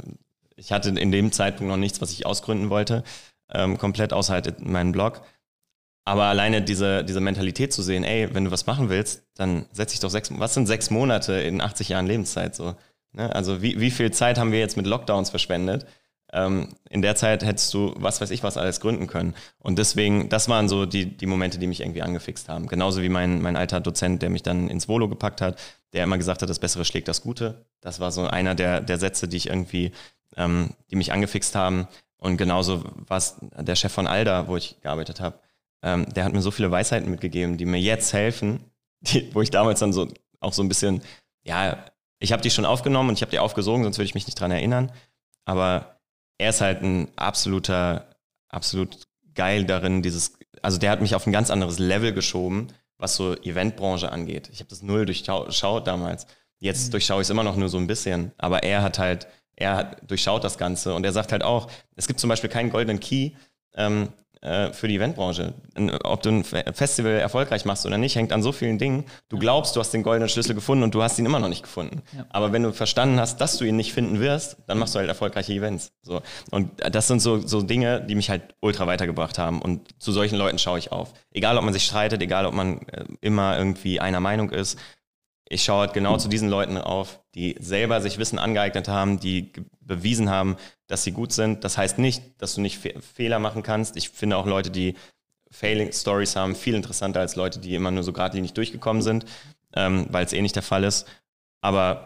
ich hatte in dem Zeitpunkt noch nichts, was ich ausgründen wollte, ähm, komplett außer halt meinen Blog. Aber alleine diese, diese Mentalität zu sehen, ey, wenn du was machen willst, dann setz dich doch sechs, was sind sechs Monate in achtzig Jahren Lebenszeit so? Ne? Also wie, wie viel Zeit haben wir jetzt mit Lockdowns verschwendet? Ähm, in der Zeit hättest du, was weiß ich, was alles gründen können. Und deswegen, das waren so die, die Momente, die mich irgendwie angefixt haben. Genauso wie mein, mein alter Dozent, der mich dann ins Volo gepackt hat, der immer gesagt hat, das Bessere schlägt das Gute. Das war so einer der, der Sätze, die ich irgendwie, ähm, die mich angefixt haben. Und genauso war es der Chef von Alda, wo ich gearbeitet habe. Ähm, der hat mir so viele Weisheiten mitgegeben, die mir jetzt helfen, die, wo ich damals dann so auch so ein bisschen, ja, ich habe die schon aufgenommen und ich habe die aufgesogen, sonst würde ich mich nicht dran erinnern. Aber er ist halt ein absoluter, absolut geil darin, dieses, also der hat mich auf ein ganz anderes Level geschoben, was so Eventbranche angeht. Ich habe das null durchschaut damals. Jetzt durchschaue ich es immer noch nur so ein bisschen. Aber er hat halt, er hat durchschaut das Ganze und er sagt halt auch, es gibt zum Beispiel keinen goldenen Key ähm, äh, für die Eventbranche. Ob du ein Festival erfolgreich machst oder nicht, hängt an so vielen Dingen. Du glaubst, du hast den goldenen Schlüssel gefunden und du hast ihn immer noch nicht gefunden. Ja. Aber wenn du verstanden hast, dass du ihn nicht finden wirst, dann machst du halt erfolgreiche Events. So. Und das sind so, so Dinge, die mich halt ultra weitergebracht haben. Und zu solchen Leuten schaue ich auf. Egal, ob man sich streitet, egal, ob man äh, immer irgendwie einer Meinung ist. Ich schaue halt genau zu diesen Leuten auf, die selber sich Wissen angeeignet haben, die ge- bewiesen haben, dass sie gut sind. Das heißt nicht, dass du nicht Fe- Fehler machen kannst. Ich finde auch Leute, die Failing-Stories haben, viel interessanter als Leute, die immer nur so geradlinig durchgekommen sind, ähm, weil es eh nicht der Fall ist. Aber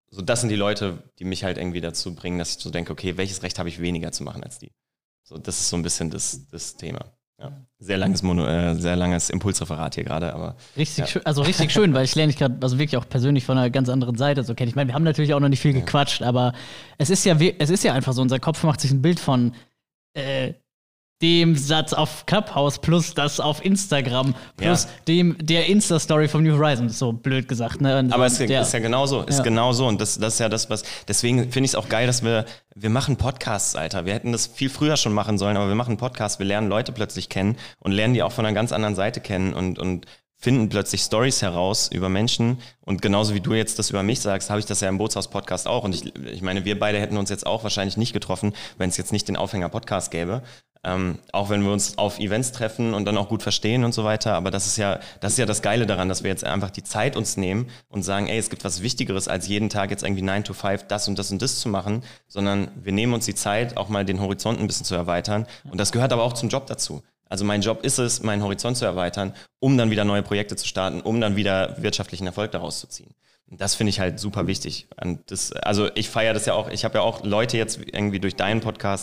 so das sind die Leute, die mich halt irgendwie dazu bringen, dass ich so denke, okay, welches Recht habe ich weniger zu machen als die? So, das ist so ein bisschen das, das Thema. Ja. Sehr langes Mono, äh, sehr langes Impulsreferat hier gerade, aber.
Richtig
ja.
schön, also richtig schön, weil ich lerne dich gerade also wirklich auch persönlich von einer ganz anderen Seite so kennen. Ich meine, wir haben natürlich auch noch nicht viel ja. gequatscht, aber es ist ja es ist ja einfach so, unser Kopf macht sich ein Bild von äh, dem Satz auf Clubhouse plus das auf Instagram plus ja. dem der Insta-Story vom New Horizons, so blöd gesagt. Ne? Und
aber es
der,
ist ja genauso, ist
ja.
genau so. Und das, das ist ja das, was. Deswegen finde ich es auch geil, dass wir, wir machen Podcasts, Alter. Wir hätten das viel früher schon machen sollen, aber wir machen Podcasts, wir lernen Leute plötzlich kennen und lernen die auch von einer ganz anderen Seite kennen und, und finden plötzlich Stories heraus über Menschen. Und genauso wie du jetzt das über mich sagst, habe ich das ja im Bootshaus-Podcast auch. Und ich, ich meine, wir beide hätten uns jetzt auch wahrscheinlich nicht getroffen, wenn es jetzt nicht den Aufhänger-Podcast gäbe. Ähm, auch wenn wir uns auf Events treffen und dann auch gut verstehen und so weiter. Aber das ist ja, das ist ja das Geile daran, dass wir jetzt einfach die Zeit uns nehmen und sagen, ey, es gibt was Wichtigeres, als jeden Tag jetzt irgendwie nine to five das und das und das zu machen, sondern wir nehmen uns die Zeit, auch mal den Horizont ein bisschen zu erweitern. Und das gehört aber auch zum Job dazu. Also mein Job ist es, meinen Horizont zu erweitern, um dann wieder neue Projekte zu starten, um dann wieder wirtschaftlichen Erfolg daraus zu ziehen. Und das finde ich halt super wichtig. Und das, also ich feiere das ja auch, ich habe ja auch Leute jetzt irgendwie durch deinen Podcast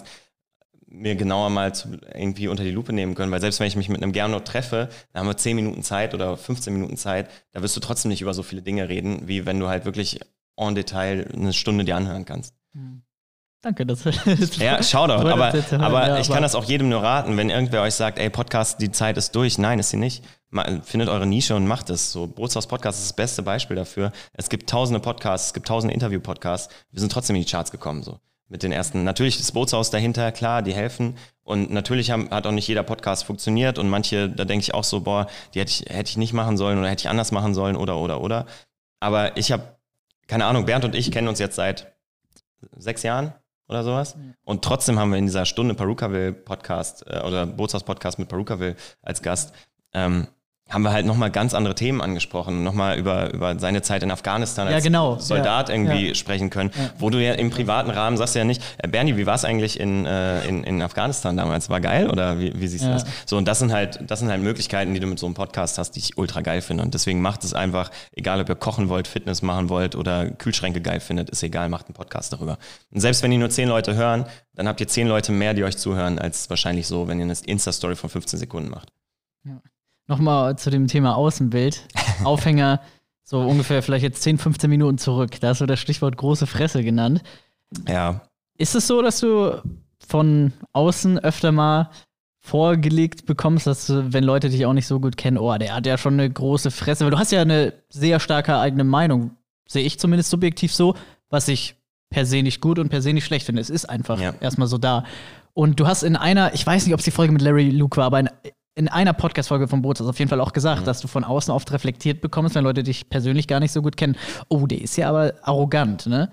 mir genauer mal zu, irgendwie unter die Lupe nehmen können, weil selbst wenn ich mich mit einem Gernot treffe, da haben wir zehn Minuten Zeit oder fünfzehn Minuten Zeit, da wirst du trotzdem nicht über so viele Dinge reden, wie wenn du halt wirklich en Detail eine Stunde dir anhören kannst.
Mhm. Danke, das ist
ja, Shoutout, aber, aber
ja,
ich kann das auch jedem nur raten, wenn irgendwer euch sagt, ey, Podcast, die Zeit ist durch. Nein, ist sie nicht. Findet eure Nische und macht es. So, Bootshaus Podcast ist das beste Beispiel dafür. Es gibt tausende Podcasts, es gibt tausende Interview-Podcasts. Wir sind trotzdem in die Charts gekommen, so. Mit den ersten, natürlich das Bootshaus dahinter, klar, die helfen. Und natürlich haben, hat auch nicht jeder Podcast funktioniert. Und manche, da denke ich auch so, boah, die hätte ich, hätte ich nicht machen sollen oder hätte ich anders machen sollen oder, oder, oder. Aber ich habe, keine Ahnung, Bernd und ich kennen uns jetzt seit sechs Jahren. Oder sowas. Und trotzdem haben wir in dieser Stunde Perukaville Podcast äh, oder Bootshaus Podcast mit Perukaville als Gast, ähm, haben wir halt nochmal ganz andere Themen angesprochen, nochmal über, über seine Zeit in Afghanistan als
ja, genau.
Soldat
ja.
irgendwie
ja.
sprechen können,
ja.
wo du ja im privaten Rahmen sagst ja nicht, äh, Bernie, wie war es eigentlich in, äh, in, in Afghanistan damals? War geil oder wie, wie siehst du
ja.
das? So, und das sind halt, das sind halt Möglichkeiten, die du mit so einem Podcast hast, die ich ultra geil finde. Und deswegen macht es einfach, egal ob ihr kochen wollt, Fitness machen wollt oder Kühlschränke geil findet, ist egal, macht einen Podcast darüber. Und selbst wenn die nur zehn Leute hören, dann habt ihr zehn Leute mehr, die euch zuhören, als wahrscheinlich so, wenn ihr eine Insta-Story von fünfzehn Sekunden macht.
Ja. Nochmal zu dem Thema Außenbild. Aufhänger, so ungefähr vielleicht jetzt zehn, fünfzehn Minuten zurück. Da hast du das Stichwort große Fresse genannt.
Ja.
Ist es so, dass du von außen öfter mal vorgelegt bekommst, dass du, wenn Leute dich auch nicht so gut kennen, oh, der hat ja schon eine große Fresse, weil du hast ja eine sehr starke eigene Meinung, sehe ich zumindest subjektiv so, was ich per se nicht gut und per se nicht schlecht finde. Es ist einfach ja. erstmal so da. Und du hast in einer, ich weiß nicht, ob es die Folge mit Larry Luke war, aber in in einer Podcast-Folge vom Bootshaus auf jeden Fall auch gesagt, mhm. dass du von außen oft reflektiert bekommst, wenn Leute dich persönlich gar nicht so gut kennen. Oh, der ist ja aber arrogant, ne?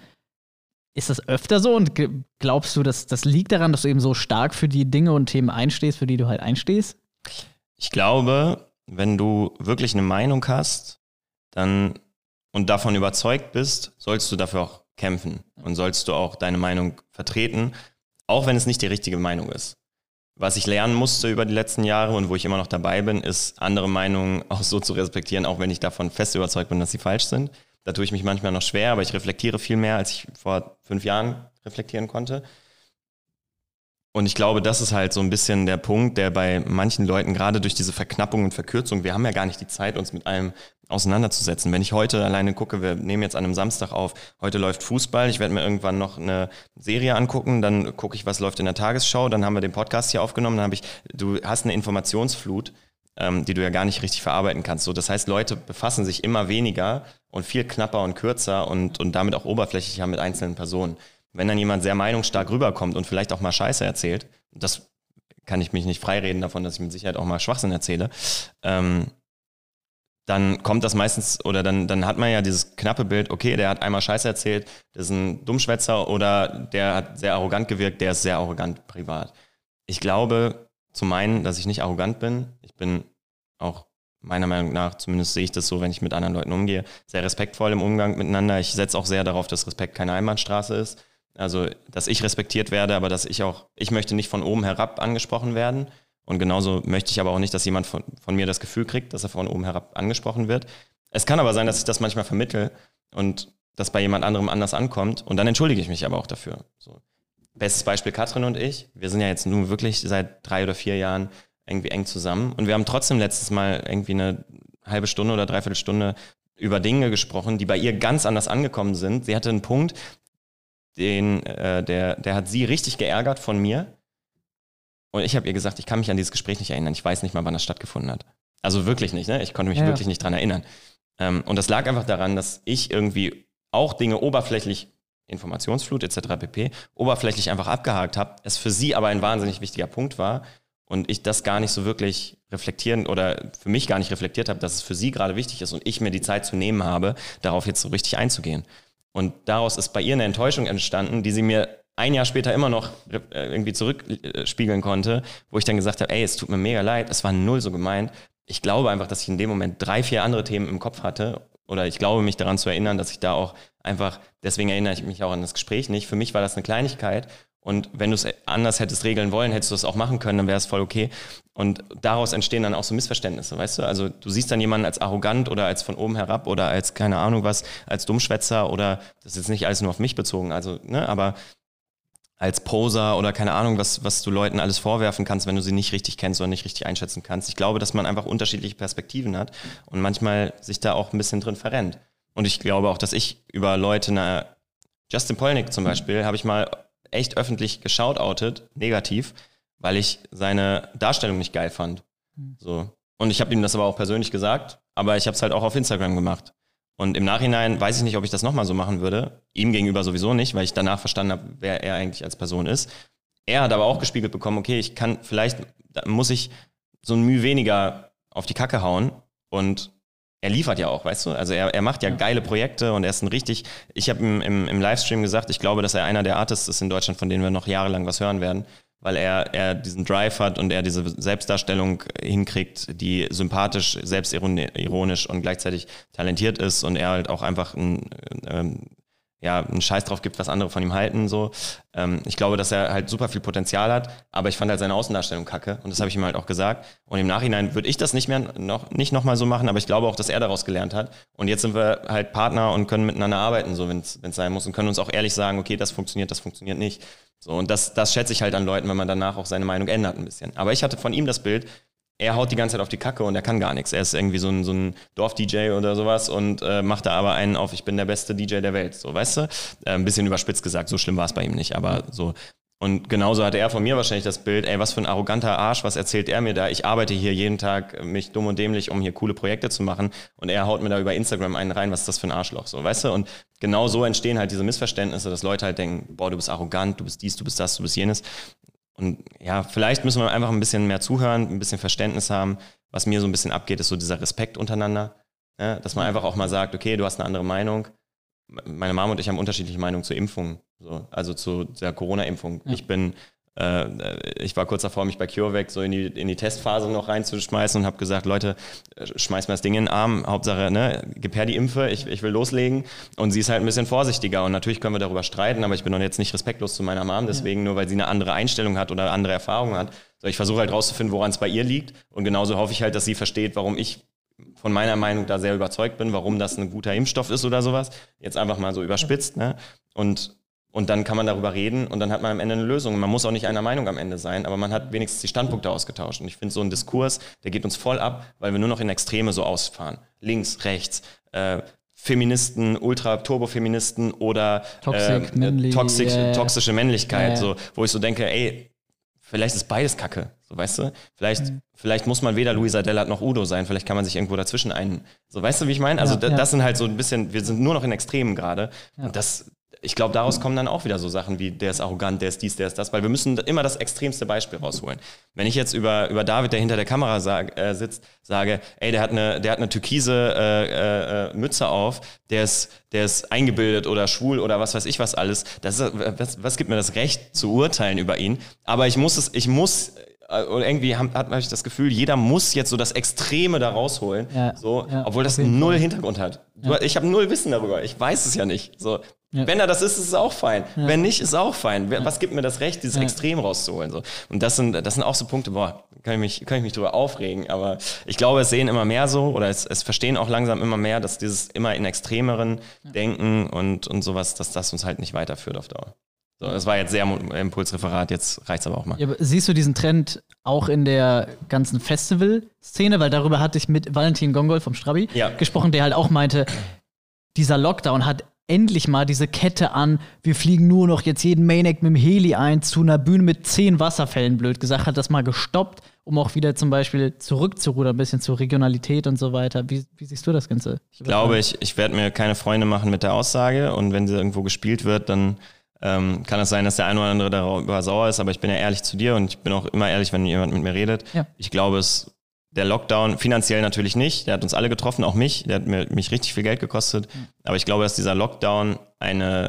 Ist das öfter so und glaubst du, dass das liegt daran, dass du eben so stark für die Dinge und Themen einstehst, für die du halt einstehst?
Ich glaube, wenn du wirklich eine Meinung hast, dann und davon überzeugt bist, sollst du dafür auch kämpfen und sollst du auch deine Meinung vertreten, auch wenn es nicht die richtige Meinung ist. Was ich lernen musste über die letzten Jahre und wo ich immer noch dabei bin, ist, andere Meinungen auch so zu respektieren, auch wenn ich davon fest überzeugt bin, dass sie falsch sind. Da tue ich mich manchmal noch schwer, aber ich reflektiere viel mehr, als ich vor fünf Jahren reflektieren konnte. Und ich glaube, das ist halt so ein bisschen der Punkt, der bei manchen Leuten, gerade durch diese Verknappung und Verkürzung, wir haben ja gar nicht die Zeit, uns mit allem auseinanderzusetzen. Wenn ich heute alleine gucke, wir nehmen jetzt an einem Samstag auf, heute läuft Fußball, ich werde mir irgendwann noch eine Serie angucken, dann gucke ich, was läuft in der Tagesschau, dann haben wir den Podcast hier aufgenommen, dann habe ich, du hast eine Informationsflut, ähm, die du ja gar nicht richtig verarbeiten kannst. So, das heißt, Leute befassen sich immer weniger und viel knapper und kürzer und, und damit auch oberflächlicher mit einzelnen Personen. Wenn dann jemand sehr meinungsstark rüberkommt und vielleicht auch mal Scheiße erzählt, das kann ich mich nicht freireden davon, dass ich mit Sicherheit auch mal Schwachsinn erzähle, ähm, dann kommt das meistens, oder dann, dann hat man ja dieses knappe Bild, okay, der hat einmal Scheiße erzählt, das ist ein Dummschwätzer oder der hat sehr arrogant gewirkt, der ist sehr arrogant privat. Ich glaube, zu meinen, dass ich nicht arrogant bin, ich bin auch meiner Meinung nach, zumindest sehe ich das so, wenn ich mit anderen Leuten umgehe, sehr respektvoll im Umgang miteinander. Ich setze auch sehr darauf, dass Respekt keine Einbahnstraße ist. Also, dass ich respektiert werde, aber dass ich auch, ich möchte nicht von oben herab angesprochen werden. Und genauso möchte ich aber auch nicht, dass jemand von, von mir das Gefühl kriegt, dass er von oben herab angesprochen wird. Es kann aber sein, dass ich das manchmal vermittle. Und das bei jemand anderem anders ankommt und dann entschuldige ich mich aber auch dafür. So. Bestes Beispiel Katrin und ich, wir sind ja jetzt nun wirklich seit drei oder vier Jahren irgendwie eng zusammen und wir haben trotzdem letztes Mal irgendwie eine halbe Stunde oder dreiviertel Stunde über Dinge gesprochen, die bei ihr ganz anders angekommen sind. Sie hatte einen Punkt, den, äh, der, der hat sie richtig geärgert von mir und ich habe ihr gesagt, ich kann mich an dieses Gespräch nicht erinnern, ich weiß nicht mal, wann das stattgefunden hat. Also wirklich nicht, ne? Ich konnte mich ja. wirklich nicht dran erinnern. Ähm, und das lag einfach daran, dass ich irgendwie auch Dinge oberflächlich Informationsflut et cetera pp. oberflächlich einfach abgehakt habe, es für sie aber ein wahnsinnig wichtiger Punkt war und ich das gar nicht so wirklich reflektieren oder für mich gar nicht reflektiert habe, dass es für sie gerade wichtig ist und ich mir die Zeit zu nehmen habe, darauf jetzt so richtig einzugehen. Und daraus ist bei ihr eine Enttäuschung entstanden, die sie mir ein Jahr später immer noch irgendwie zurückspiegeln konnte, wo ich dann gesagt habe, ey, es tut mir mega leid, es war null so gemeint. Ich glaube einfach, dass ich in dem Moment drei, vier andere Themen im Kopf hatte. Oder ich glaube, mich daran zu erinnern, dass ich da auch einfach, deswegen erinnere ich mich auch an das Gespräch nicht. Für mich war das eine Kleinigkeit und wenn du es anders hättest regeln wollen, hättest du es auch machen können, dann wäre es voll okay. Und daraus entstehen dann auch so Missverständnisse, weißt du? Also du siehst dann jemanden als arrogant oder als von oben herab oder als, keine Ahnung was, als Dummschwätzer oder, das ist jetzt nicht alles nur auf mich bezogen, also, ne, aber als Poser oder keine Ahnung, was, was du Leuten alles vorwerfen kannst, wenn du sie nicht richtig kennst oder nicht richtig einschätzen kannst. Ich glaube, dass man einfach unterschiedliche Perspektiven hat und manchmal sich da auch ein bisschen drin verrennt. Und ich glaube auch, dass ich über Leute, na, Justin Polnick zum Beispiel, habe ich mal echt öffentlich geshoutoutet, negativ, weil ich seine Darstellung nicht geil fand. So. Und ich habe ihm das aber auch persönlich gesagt, aber ich habe es halt auch auf Instagram gemacht. Und im Nachhinein weiß ich nicht, ob ich das nochmal so machen würde. Ihm gegenüber sowieso nicht, weil ich danach verstanden habe, wer er eigentlich als Person ist. Er hat aber auch gespiegelt bekommen, okay, ich kann, vielleicht muss ich so ein Mühe weniger auf die Kacke hauen. Und er liefert ja auch, weißt du? Also er, er macht ja, ja geile Projekte und er ist ein richtig, ich habe ihm im, im Livestream gesagt, ich glaube, dass er einer der Artists ist in Deutschland, von denen wir noch jahrelang was hören werden. Weil er, er diesen Drive hat und er diese Selbstdarstellung hinkriegt, die sympathisch, selbstironisch und gleichzeitig talentiert ist und er halt auch einfach ein, ähm, ja, einen Scheiß drauf gibt, was andere von ihm halten. So. Ähm, ich glaube, dass er halt super viel Potenzial hat, aber ich fand halt seine Außendarstellung kacke und das habe ich ihm halt auch gesagt. Und im Nachhinein würde ich das nicht mehr noch nicht nochmal so machen, aber ich glaube auch, dass er daraus gelernt hat. Und jetzt sind wir halt Partner und können miteinander arbeiten, so wenn es sein muss und können uns auch ehrlich sagen, okay, das funktioniert, das funktioniert nicht. So, und das, das schätze ich halt an Leuten, wenn man danach auch seine Meinung ändert ein bisschen. Aber ich hatte von ihm das Bild, er haut die ganze Zeit auf die Kacke und er kann gar nichts. Er ist irgendwie so ein, so ein Dorf-D J oder sowas und äh, macht da aber einen auf, ich bin der beste D J der Welt. So, weißt du? Äh, ein bisschen überspitzt gesagt, so schlimm war es bei ihm nicht, aber so. Und genauso hatte er von mir wahrscheinlich das Bild, ey, was für ein arroganter Arsch, was erzählt er mir da? Ich arbeite hier jeden Tag mich dumm und dämlich, um hier coole Projekte zu machen und er haut mir da über Instagram einen rein, was ist das für ein Arschloch, so, weißt du? Und genau so entstehen halt diese Missverständnisse, dass Leute halt denken, boah, du bist arrogant, du bist dies, du bist das, du bist jenes. Und ja, vielleicht müssen wir einfach ein bisschen mehr zuhören, ein bisschen Verständnis haben. Was mir so ein bisschen abgeht, ist so dieser Respekt untereinander, ja? Dass man einfach auch mal sagt, okay, du hast eine andere Meinung. Meine Mom und ich haben unterschiedliche Meinungen zur Impfung, so, also zu der Corona-Impfung. Ja. Ich bin, äh, ich war kurz davor, mich bei CureVac so in die, in die Testphase noch reinzuschmeißen und habe gesagt, Leute, schmeiß mir das Ding in den Arm, Hauptsache, ne, gib her die Impfe, ich, ich will loslegen. Und sie ist halt ein bisschen vorsichtiger und natürlich können wir darüber streiten, aber ich bin doch jetzt nicht respektlos zu meiner Mom, deswegen ja. Nur weil sie eine andere Einstellung hat oder andere Erfahrungen hat. So, ich versuche halt rauszufinden, woran es bei ihr liegt und genauso hoffe ich halt, dass sie versteht, warum ich von meiner Meinung da sehr überzeugt bin, warum das ein guter Impfstoff ist oder sowas. Jetzt einfach mal so überspitzt, ne? Und, und dann kann man darüber reden und dann hat man am Ende eine Lösung. Man muss auch nicht einer Meinung am Ende sein, aber man hat wenigstens die Standpunkte ausgetauscht. Und ich finde so ein Diskurs, der geht uns voll ab, weil wir nur noch in Extreme so ausfahren. Links, rechts, äh, Feministen, Ultra-Turbo-Feministen oder
Toxic,
äh,
männlich,
toxisch,
yeah.
toxische Männlichkeit,
yeah.
so, wo ich so denke, ey, vielleicht ist beides Kacke, so, weißt du? Vielleicht, mhm. vielleicht muss man weder Luisa Dellert noch Udo sein, vielleicht kann man sich irgendwo dazwischen ein... So, weißt du, wie ich meine? Also ja, da, ja. das sind halt so ein bisschen, wir sind nur noch in Extremen gerade. Ja. Und das, ich glaube, daraus kommen dann auch wieder so Sachen wie, der ist arrogant, der ist dies, der ist das, weil wir müssen immer das extremste Beispiel rausholen. Wenn ich jetzt über, über David, der hinter der Kamera sag, äh, sitzt, sage, ey, der hat eine, der hat eine türkise äh, äh, Mütze auf, der ist, der ist eingebildet oder schwul oder was weiß ich was alles, das ist, was, was gibt mir das Recht zu urteilen über ihn? Aber ich muss es, ich muss Und irgendwie hat, hat man das Gefühl, jeder muss jetzt so das Extreme da rausholen,
ja,
so,
ja,
obwohl das null Fall. Hintergrund hat. Ja. Ich habe null Wissen darüber, ich weiß es ja nicht. So. Ja. Wenn da das ist, ist es auch fein. Ja. Wenn nicht, ist es auch fein. Ja. Was gibt mir das Recht, dieses ja. Extrem rauszuholen? So. Und das sind, das sind auch so Punkte, boah, kann ich mich, kann ich mich drüber aufregen. Aber ich glaube, es sehen immer mehr so, oder es, es verstehen auch langsam immer mehr, dass dieses immer in extremeren ja. Denken und, und sowas, dass das uns halt nicht weiterführt auf Dauer. So, das war jetzt sehr Impulsreferat, jetzt reicht's aber auch mal.
Ja, aber siehst du diesen Trend auch in der ganzen Festival-Szene? Weil darüber hatte ich mit Valentin Gongol vom Strabi ja. gesprochen, der halt auch meinte, dieser Lockdown hat endlich mal diese Kette an, wir fliegen nur noch jetzt jeden Main-Act mit dem Heli ein zu einer Bühne mit zehn Wasserfällen, blöd gesagt, hat das mal gestoppt, um auch wieder zum Beispiel zurückzurudern, ein bisschen zur Regionalität und so weiter. Wie, wie siehst du das Ganze?
Ich glaube, ich, ich werde mir keine Freunde machen mit der Aussage und wenn sie irgendwo gespielt wird, dann ähm, kann es sein, dass der eine oder andere darüber sauer ist, aber ich bin ja ehrlich zu dir und ich bin auch immer ehrlich, wenn jemand mit mir redet. Ja. Ich glaube, es der Lockdown, finanziell natürlich nicht, der hat uns alle getroffen, auch mich, der hat mir, mich richtig viel Geld gekostet, mhm. aber ich glaube, dass dieser Lockdown eine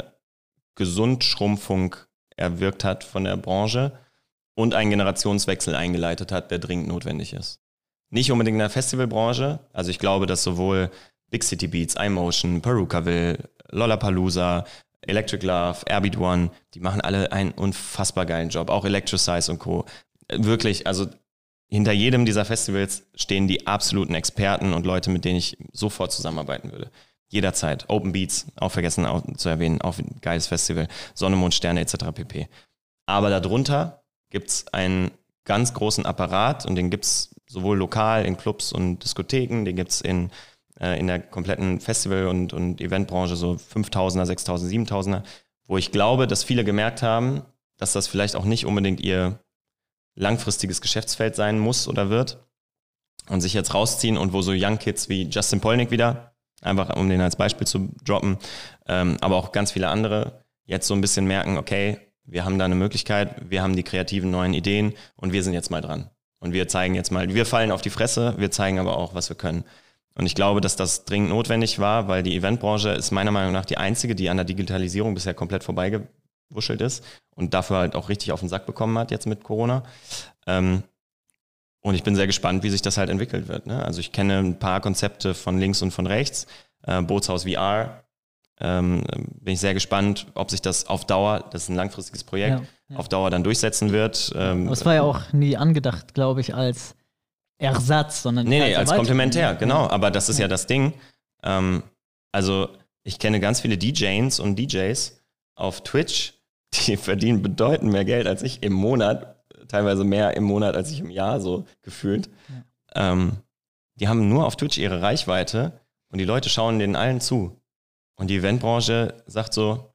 Gesundschrumpfung erwirkt hat von der Branche und einen Generationswechsel eingeleitet hat, der dringend notwendig ist. Nicht unbedingt in der Festivalbranche, also ich glaube, dass sowohl Big City Beats, iMotion, Perukaville, Lollapalooza, Electric Love, Airbeat One, die machen alle einen unfassbar geilen Job, auch Electricize und Co. Wirklich, also hinter jedem dieser Festivals stehen die absoluten Experten und Leute, mit denen ich sofort zusammenarbeiten würde. Jederzeit. Open Beats, auch vergessen auch zu erwähnen, auch ein geiles Festival, Sonne, Mond, Sterne et cetera pp. Aber darunter gibt es einen ganz großen Apparat und den gibt es sowohl lokal in Clubs und Diskotheken, den gibt es in, äh, in der kompletten Festival- und, und Eventbranche, so fünftausender, sechstausender, siebentausender, wo ich glaube, dass viele gemerkt haben, dass das vielleicht auch nicht unbedingt ihr langfristiges Geschäftsfeld sein muss oder wird und sich jetzt rausziehen und wo so Young Kids wie Justin Polnick wieder, einfach um den als Beispiel zu droppen, ähm, aber auch ganz viele andere jetzt so ein bisschen merken, okay, wir haben da eine Möglichkeit, wir haben die kreativen neuen Ideen und wir sind jetzt mal dran. Und wir zeigen jetzt mal, wir fallen auf die Fresse, wir zeigen aber auch, was wir können. Und ich glaube, dass das dringend notwendig war, weil die Eventbranche ist meiner Meinung nach die einzige, die an der Digitalisierung bisher komplett vorbeigegangen wuschelt ist und dafür halt auch richtig auf den Sack bekommen hat jetzt mit Corona. Ähm, und ich bin sehr gespannt, wie sich das halt entwickelt wird. Ne? Also ich kenne ein paar Konzepte von links und von rechts. Äh, Bootshaus V R. Ähm, bin ich sehr gespannt, ob sich das auf Dauer, das ist ein langfristiges Projekt, ja, ja. auf Dauer dann durchsetzen wird. Ähm,
das war ja auch nie angedacht, glaube ich, als Ersatz, sondern
nee, nee, als komplementär, genau. Aber das ist ja, ja das Ding. Ähm, also ich kenne ganz viele D Js und D Js auf Twitch, die verdienen bedeutend mehr Geld als ich im Monat, teilweise mehr im Monat als ich im Jahr, so gefühlt. Ja. Ähm, die haben nur auf Twitch ihre Reichweite und die Leute schauen denen allen zu. Und die Eventbranche sagt so,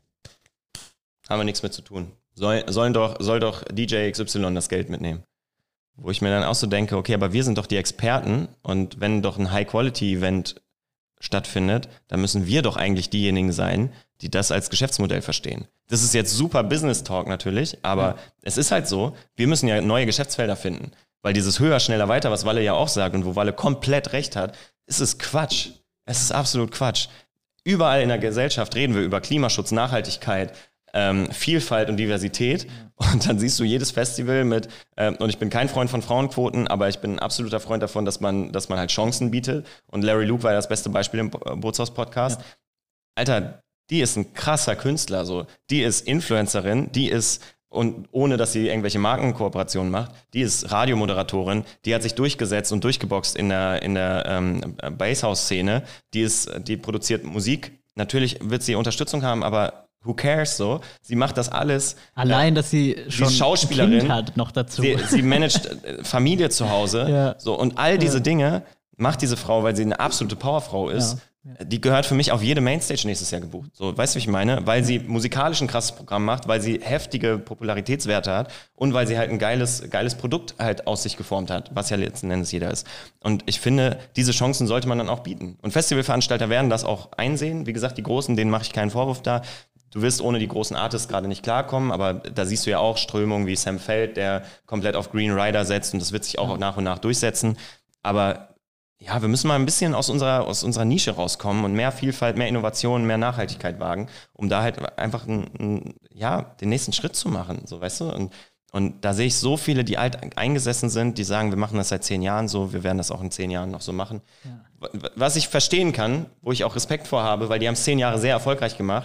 haben wir nichts mit zu tun. Soll, sollen doch, soll doch D J X Y das Geld mitnehmen. Wo ich mir dann auch so denke, okay, aber wir sind doch die Experten und wenn doch ein High-Quality-Event stattfindet, dann müssen wir doch eigentlich diejenigen sein, die das als Geschäftsmodell verstehen. Das ist jetzt super Business-Talk natürlich, aber ja. es ist halt so, wir müssen ja neue Geschäftsfelder finden, weil dieses höher, schneller, weiter, was Walle ja auch sagt und wo Walle komplett recht hat, ist es Quatsch. Es ist absolut Quatsch. Überall in der Gesellschaft reden wir über Klimaschutz, Nachhaltigkeit, ähm, Vielfalt und Diversität und dann siehst du jedes Festival mit, ähm, und ich bin kein Freund von Frauenquoten, aber ich bin ein absoluter Freund davon, dass man, dass man halt Chancen bietet und Larry Luke war ja das beste Beispiel im Bootshaus-Podcast. Ja. Alter, die ist ein krasser Künstler, so. Die ist Influencerin, die ist, und ohne dass sie irgendwelche Markenkooperationen macht, die ist Radiomoderatorin, die hat sich durchgesetzt und durchgeboxt in der, in der ähm, Basshouse-Szene, die ist, die produziert Musik. Natürlich wird sie Unterstützung haben, aber who cares so? Sie macht das alles.
Allein, äh, dass sie schon
die Schauspielerin
ein Kind hat noch dazu.
Sie, sie managt Familie zu Hause. Ja. So, und all diese ja. Dinge macht diese Frau, weil sie eine absolute Powerfrau ist. Ja. Die gehört für mich auf jede Mainstage nächstes Jahr gebucht. So, weißt du, wie ich meine? Weil sie musikalisch ein krasses Programm macht, weil sie heftige Popularitätswerte hat und weil sie halt ein geiles, geiles Produkt halt aus sich geformt hat, was ja letzten Endes jeder ist. Und ich finde, diese Chancen sollte man dann auch bieten. Und Festivalveranstalter werden das auch einsehen. Wie gesagt, die Großen, denen mache ich keinen Vorwurf da. Du wirst ohne die großen Artists gerade nicht klarkommen, aber da siehst du ja auch Strömungen wie Sam Feld, der komplett auf Green Rider setzt und das wird sich auch ja. nach und nach durchsetzen. Aber ja, wir müssen mal ein bisschen aus unserer, aus unserer Nische rauskommen und mehr Vielfalt, mehr Innovation, mehr Nachhaltigkeit wagen, um da halt einfach ein, ein, ja, den nächsten Schritt zu machen, so, weißt du? Und, Und da sehe ich so viele, die alt eingesessen sind, die sagen, wir machen das seit zehn Jahren so, wir werden das auch in zehn Jahren noch so machen. Ja. Was ich verstehen kann, wo ich auch Respekt vor habe, weil die haben es zehn Jahre sehr erfolgreich gemacht.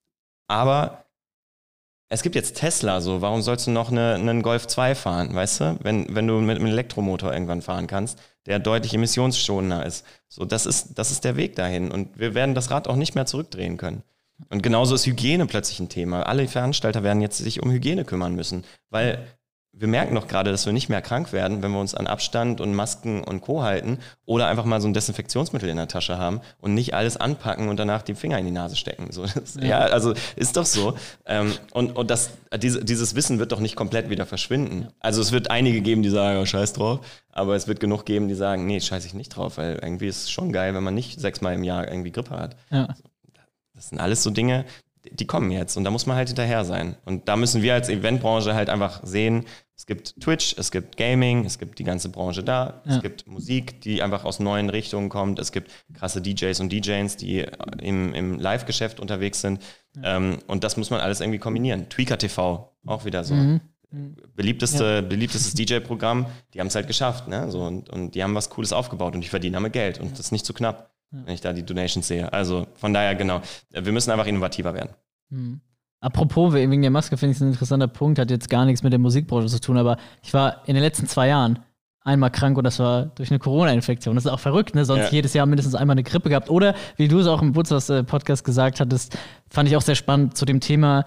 Aber es gibt jetzt Tesla, so, warum sollst du noch eine, einen Golf zwei fahren, weißt du? Wenn, wenn du mit einem Elektromotor irgendwann fahren kannst, der deutlich emissionsschonender ist. So, das ist, das ist der Weg dahin. Und wir werden das Rad auch nicht mehr zurückdrehen können. Und genauso ist Hygiene plötzlich ein Thema. Alle Veranstalter werden jetzt sich um Hygiene kümmern müssen, weil wir merken doch gerade, dass wir nicht mehr krank werden, wenn wir uns an Abstand und Masken und Co. halten oder einfach mal so ein Desinfektionsmittel in der Tasche haben und nicht alles anpacken und danach die Finger in die Nase stecken. So, das, ja. ja, also ist doch so. Und, und das, diese, dieses Wissen wird doch nicht komplett wieder verschwinden. Also es wird einige geben, die sagen, oh, scheiß drauf, aber es wird genug geben, die sagen, nee, scheiß ich nicht drauf, weil irgendwie ist es schon geil, wenn man nicht sechsmal im Jahr irgendwie Grippe hat. Ja. Das sind alles so Dinge, die kommen jetzt und da muss man halt hinterher sein. Und da müssen wir als Eventbranche halt einfach sehen, es gibt Twitch, es gibt Gaming, es gibt die ganze Branche da, ja. Es gibt Musik, die einfach aus neuen Richtungen kommt, es gibt krasse D Js und D Js, die im, im Live-Geschäft unterwegs sind. Ja. Ähm, und das muss man alles irgendwie kombinieren. Tweaker T V, auch wieder so. Mhm. Beliebteste, ja. Beliebtestes D J-Programm, die haben es halt geschafft. Ne? So, und, und die haben was Cooles aufgebaut und die verdienen damit Geld und das ist nicht zu knapp. Ja. Wenn ich da die Donations sehe. Also von daher, genau, wir müssen einfach innovativer werden.
Hm. Apropos, wegen der Maske finde ich es ein interessanter Punkt, hat jetzt gar nichts mit der Musikbranche zu tun, aber ich war in den letzten zwei Jahren einmal krank und das war durch eine Corona-Infektion. Das ist auch verrückt, ne? Sonst ja. jedes Jahr mindestens einmal eine Grippe gehabt. Oder, wie du es auch im Wurzers-Podcast gesagt hattest, fand ich auch sehr spannend zu dem Thema,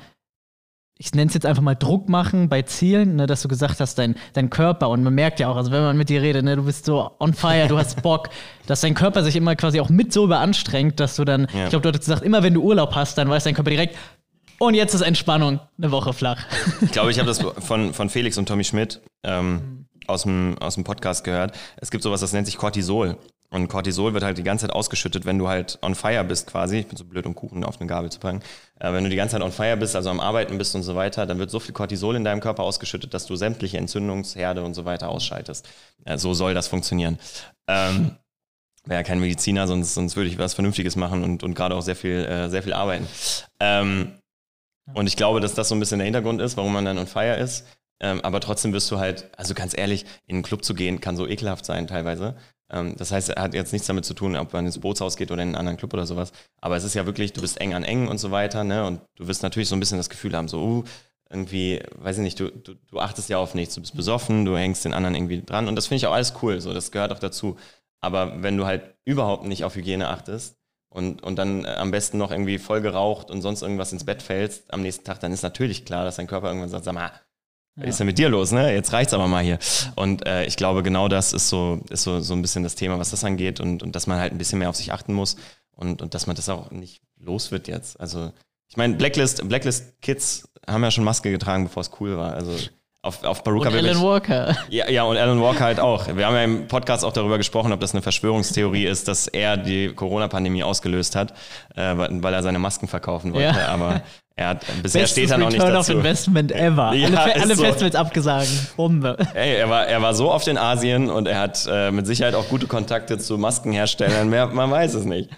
ich nenne es jetzt einfach mal Druck machen bei Zielen, ne, dass du gesagt hast, dein, dein Körper, und man merkt ja auch, also wenn man mit dir redet, ne, du bist so on fire, du hast Bock, dass dein Körper sich immer quasi auch mit so überanstrengt, dass du dann, ja. ich glaube, du hattest gesagt, immer wenn du Urlaub hast, dann weiß dein Körper direkt, und jetzt ist Entspannung, eine Woche flach.
Ich glaube, ich habe das von, von Felix und Tommy Schmidt ähm, aus dem, aus dem Podcast gehört. Es gibt sowas, das nennt sich Cortisol. Und Cortisol wird halt die ganze Zeit ausgeschüttet, wenn du halt on fire bist quasi. Ich bin so blöd, um Kuchen auf eine Gabel zu packen. Äh, wenn du die ganze Zeit on fire bist, also am Arbeiten bist und so weiter, dann wird so viel Cortisol in deinem Körper ausgeschüttet, dass du sämtliche Entzündungsherde und so weiter ausschaltest. Äh, so soll das funktionieren. Ähm, wäre ja kein Mediziner, sonst, sonst würde ich was Vernünftiges machen und, und gerade auch sehr viel, äh, sehr viel arbeiten. Ähm, und ich glaube, dass das so ein bisschen der Hintergrund ist, warum man dann on fire ist. Ähm, aber trotzdem wirst du halt, also ganz ehrlich, in einen Club zu gehen, kann so ekelhaft sein teilweise. Ähm, das heißt, er hat jetzt nichts damit zu tun, ob man ins Bootshaus geht oder in einen anderen Club oder sowas. Aber es ist ja wirklich, du bist eng an eng und so weiter, ne? Und du wirst natürlich so ein bisschen das Gefühl haben, so, uh, irgendwie, weiß ich nicht, du, du, du achtest ja auf nichts, du bist besoffen, du hängst den anderen irgendwie dran. Und das finde ich auch alles cool, so, das gehört auch dazu. Aber wenn du halt überhaupt nicht auf Hygiene achtest und, und dann äh, am besten noch irgendwie voll geraucht und sonst irgendwas ins Bett fällst am nächsten Tag, dann ist natürlich klar, dass dein Körper irgendwann sagt, sag mal, was ist denn mit dir los, ne? Jetzt reicht's aber mal hier. Und äh, ich glaube, genau das ist so, ist so, so ein bisschen das Thema, was das angeht und, und dass man halt ein bisschen mehr auf sich achten muss und, und dass man das auch nicht los wird jetzt. Also, ich meine, Blacklist, Blacklist Kids haben ja schon Maske getragen, bevor es cool war. Also auf, auf Baruka
und Alan Walker.
Ja, ja, und Alan Walker halt auch. Wir haben ja im Podcast auch darüber gesprochen, ob das eine Verschwörungstheorie ist, dass er die Corona-Pandemie ausgelöst hat, äh, weil er seine Masken verkaufen wollte. Ja. Aber er hat, bisher
Bestes
steht er noch nicht
Return
dazu.
of Investment ever. Ja, alle alle so. Festivals abgesagt. Bombe.
Ey, er war, er war so oft in Asien und er hat äh, mit Sicherheit auch gute Kontakte zu Maskenherstellern. Mehr, man weiß es nicht.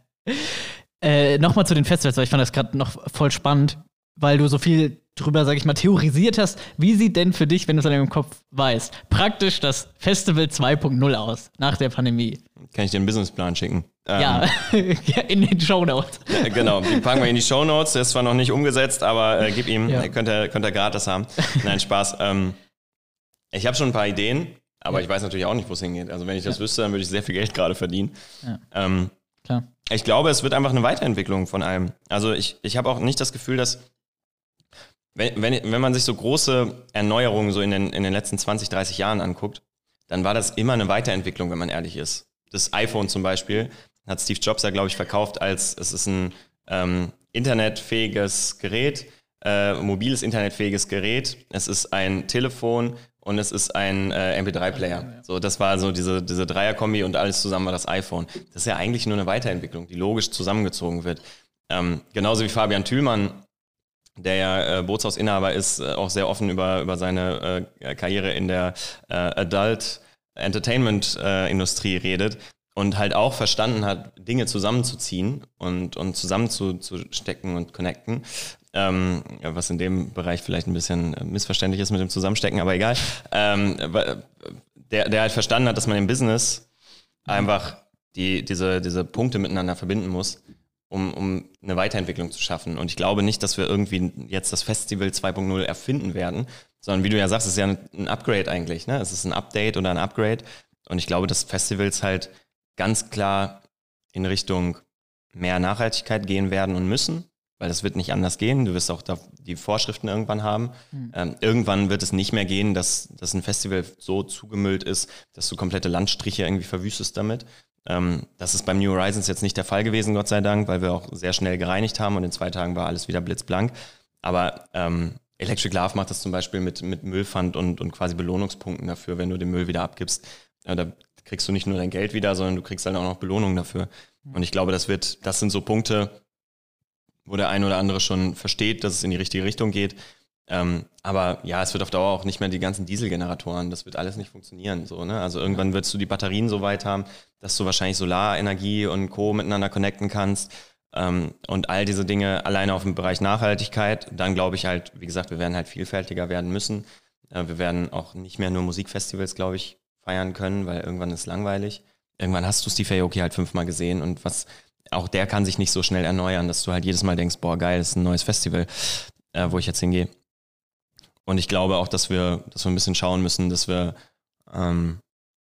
äh, Nochmal zu den Festivals, weil ich fand das gerade noch voll spannend, weil du so viel drüber, sag ich mal, theorisiert hast. Wie sieht denn für dich, wenn du es an deinem Kopf weißt, praktisch das Festival zwei Punkt null aus, nach der Pandemie?
Kann ich dir einen Businessplan schicken?
Ja, ähm, in den Shownotes.
Ja, genau, die packen wir in die Shownotes. Der ist zwar noch nicht umgesetzt, aber äh, gib ihm, ja. könnt, ihr, könnt ihr gratis haben. Nein, Spaß. Ähm, ich habe schon ein paar Ideen, aber ja. ich weiß natürlich auch nicht, wo es hingeht. Also wenn ich das ja. wüsste, dann würde ich sehr viel Geld gerade verdienen. Ja. Ähm, Klar. Ich glaube, es wird einfach eine Weiterentwicklung von allem. Also ich, ich habe auch nicht das Gefühl, dass Wenn, wenn, wenn man sich so große Erneuerungen so in den, in den letzten zwanzig, dreißig Jahren anguckt, dann war das immer eine Weiterentwicklung, wenn man ehrlich ist. Das iPhone zum Beispiel hat Steve Jobs ja, glaube ich, verkauft als, es ist ein ähm, internetfähiges Gerät, äh, mobiles internetfähiges Gerät, es ist ein Telefon und es ist ein äh, M P drei Player. So, das war so diese, diese Dreierkombi und alles zusammen war das iPhone. Das ist ja eigentlich nur eine Weiterentwicklung, die logisch zusammengezogen wird. Ähm, genauso wie Fabian Thülmann, der ja äh, Bootshausinhaber ist, äh, auch sehr offen über, über seine äh, Karriere in der äh, Adult Entertainment äh, Industrie redet und halt auch verstanden hat, Dinge zusammenzuziehen und, und zusammenzustecken und connecten. ähm, was in dem Bereich vielleicht ein bisschen missverständlich ist mit dem Zusammenstecken, aber egal, ähm, der, der halt verstanden hat, dass man im Business einfach die, diese, diese Punkte miteinander verbinden muss, um, um eine Weiterentwicklung zu schaffen. Und ich glaube nicht, dass wir irgendwie jetzt das Festival zwei Punkt null erfinden werden, sondern wie du ja sagst, es ist ja ein Upgrade eigentlich, ne? Es ist ein Update oder ein Upgrade. Und ich glaube, dass Festivals halt ganz klar in Richtung mehr Nachhaltigkeit gehen werden und müssen, weil das wird nicht anders gehen. Du wirst auch da die Vorschriften irgendwann haben. Mhm. Ähm, irgendwann wird es nicht mehr gehen, dass, dass ein Festival so zugemüllt ist, dass du komplette Landstriche irgendwie verwüstest damit. Ähm, das ist beim New Horizons jetzt nicht der Fall gewesen, Gott sei Dank, weil wir auch sehr schnell gereinigt haben und in zwei Tagen war alles wieder blitzblank. Aber ähm, Electric Love macht das zum Beispiel mit, mit Müllpfand und, und quasi Belohnungspunkten dafür, wenn du den Müll wieder abgibst. Ja, da kriegst du nicht nur dein Geld wieder, sondern du kriegst halt auch noch Belohnung dafür. Und ich glaube, das wird, das sind so Punkte, wo der ein oder andere schon versteht, dass es in die richtige Richtung geht. Ähm, aber ja, es wird auf Dauer auch nicht mehr die ganzen Dieselgeneratoren, das wird alles nicht funktionieren. So, ne? Also irgendwann wirst du die Batterien so weit haben, dass du wahrscheinlich Solarenergie und Co. miteinander connecten kannst. Ähm, und all diese Dinge alleine auf dem Bereich Nachhaltigkeit. Dann glaube ich halt, wie gesagt, wir werden halt vielfältiger werden müssen. Äh, wir werden auch nicht mehr nur Musikfestivals, glaube ich, feiern können, weil irgendwann ist es langweilig. Irgendwann hast du Steve Aoki halt fünfmal gesehen und was auch der kann sich nicht so schnell erneuern, dass du halt jedes Mal denkst, boah geil, das ist ein neues Festival, äh, wo ich jetzt hingehe. Und ich glaube auch, dass wir, dass wir ein bisschen schauen müssen, dass wir, ähm,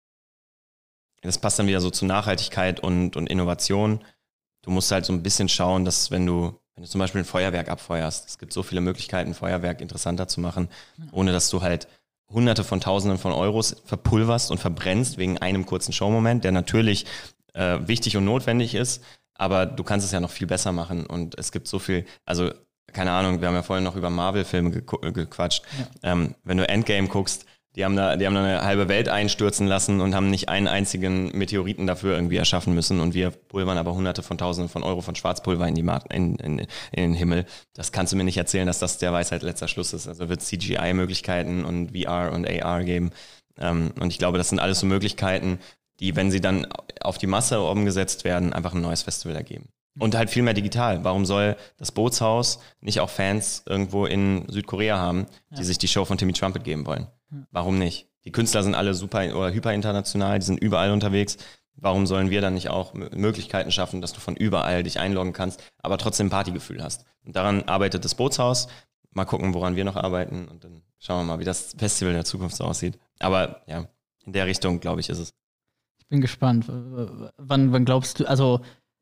das passt dann wieder so zu Nachhaltigkeit und, und Innovation. Du musst halt so ein bisschen schauen, dass wenn du, wenn du zum Beispiel ein Feuerwerk abfeuerst, es gibt so viele Möglichkeiten, ein Feuerwerk interessanter zu machen, ohne dass du halt Hunderte von Tausenden von Euros verpulverst und verbrennst wegen einem kurzen Showmoment, der natürlich äh, wichtig und notwendig ist, aber du kannst es ja noch viel besser machen und es gibt so viel, also keine Ahnung, wir haben ja vorhin noch über Marvel-Filme gequ- gequatscht. Ja. Ähm, wenn du Endgame guckst, die haben da, die haben da eine halbe Welt einstürzen lassen und haben nicht einen einzigen Meteoriten dafür irgendwie erschaffen müssen und wir pulvern aber Hunderte von Tausenden von Euro von Schwarzpulver in die Mar- in, in, in den Himmel. Das kannst du mir nicht erzählen, dass das der Weisheit letzter Schluss ist. Also wird C G I-Möglichkeiten und V R und A R geben. Ähm, und ich glaube, das sind alles so Möglichkeiten, die, wenn sie dann auf die Masse umgesetzt werden, einfach ein neues Festival ergeben. Und halt viel mehr digital. Warum soll das Bootshaus nicht auch Fans irgendwo in Südkorea haben, die ja. sich die Show von Timmy Trumpet geben wollen? Warum nicht? Die Künstler sind alle super oder hyper international, die sind überall unterwegs. Warum sollen wir dann nicht auch Möglichkeiten schaffen, dass du von überall dich einloggen kannst, aber trotzdem Partygefühl hast? Und daran arbeitet das Bootshaus. Mal gucken, woran wir noch arbeiten und dann schauen wir mal, wie das Festival der Zukunft so aussieht. Aber ja, in der Richtung, glaube ich, ist es.
Ich bin gespannt. Wann, wann glaubst du, also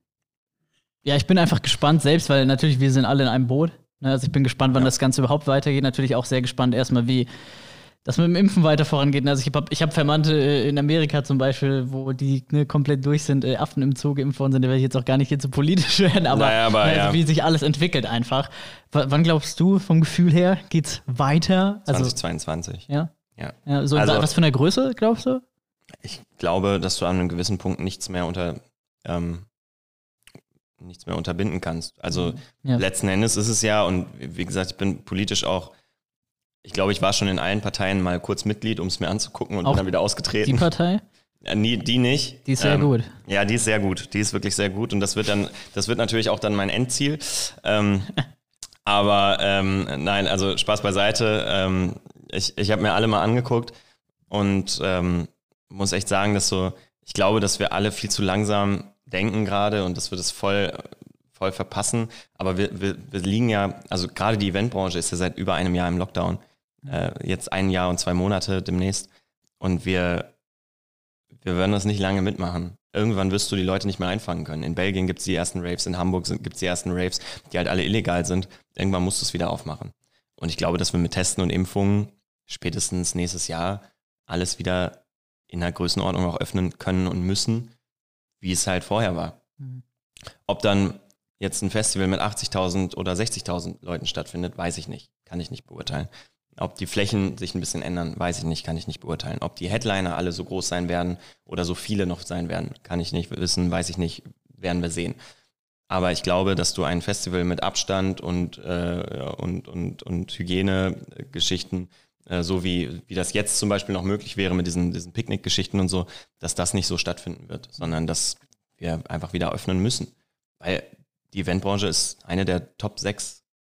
ja, ich bin einfach gespannt selbst, weil natürlich wir sind alle in einem Boot. Also ich bin gespannt, wann ja. das Ganze überhaupt weitergeht. Natürlich auch sehr gespannt erstmal, wie das mit dem Impfen weiter vorangeht. Also ich habe ich hab Verwandte in Amerika zum Beispiel, wo die ne, komplett durch sind, äh, Affen im Zoo geimpft worden sind. Da werde ich jetzt auch gar nicht jetzt so politisch werden, aber, naja, aber also ja. wie sich alles entwickelt einfach. W- wann glaubst du, vom Gefühl her, geht's weiter? Also,
zwanzig zweiundzwanzig.
Ja?
Ja.
ja so
also,
was für eine Größe, glaubst du?
Ich glaube, dass du an einem gewissen Punkt nichts mehr unter ähm, nichts mehr unterbinden kannst. Also ja. letzten Endes ist es ja, und wie gesagt, ich bin politisch auch, ich glaube, ich war schon in allen Parteien mal kurz Mitglied, um es mir anzugucken und auch bin dann wieder ausgetreten.
Die Partei?
Ja, nie, die nicht.
Die ist sehr ähm, gut.
Ja, die ist sehr gut. Die ist wirklich sehr gut und das wird dann, das wird natürlich auch dann mein Endziel. Ähm, aber ähm, nein, also Spaß beiseite. Ähm, ich ich habe mir alle mal angeguckt und ähm, muss echt sagen, dass so, ich glaube, dass wir alle viel zu langsam denken gerade und dass wir das voll, voll verpassen. Aber wir, wir, wir liegen ja, also gerade die Eventbranche ist ja seit über einem Jahr im Lockdown. Äh, jetzt ein Jahr und zwei Monate demnächst. Und wir, wir werden das nicht lange mitmachen. Irgendwann wirst du die Leute nicht mehr einfangen können. In Belgien gibt es die ersten Raves, in Hamburg gibt es die ersten Raves, die halt alle illegal sind. Irgendwann musst du es wieder aufmachen. Und ich glaube, dass wir mit Testen und Impfungen spätestens nächstes Jahr alles wieder in der Größenordnung auch öffnen können und müssen, wie es halt vorher war. Mhm. Ob dann jetzt ein Festival mit achtzigtausend oder sechzigtausend Leuten stattfindet, weiß ich nicht. Kann ich nicht beurteilen. Ob die Flächen sich ein bisschen ändern, weiß ich nicht, kann ich nicht beurteilen. Ob die Headliner alle so groß sein werden oder so viele noch sein werden, kann ich nicht wissen, weiß ich nicht, werden wir sehen. Aber ich glaube, dass du ein Festival mit Abstand und, äh, und, und, und Hygienegeschichten, äh, so wie, wie das jetzt zum Beispiel noch möglich wäre mit diesen, diesen Picknickgeschichten und so, dass das nicht so stattfinden wird, sondern dass wir einfach wieder öffnen müssen. Weil die Eventbranche ist eine der Top sechs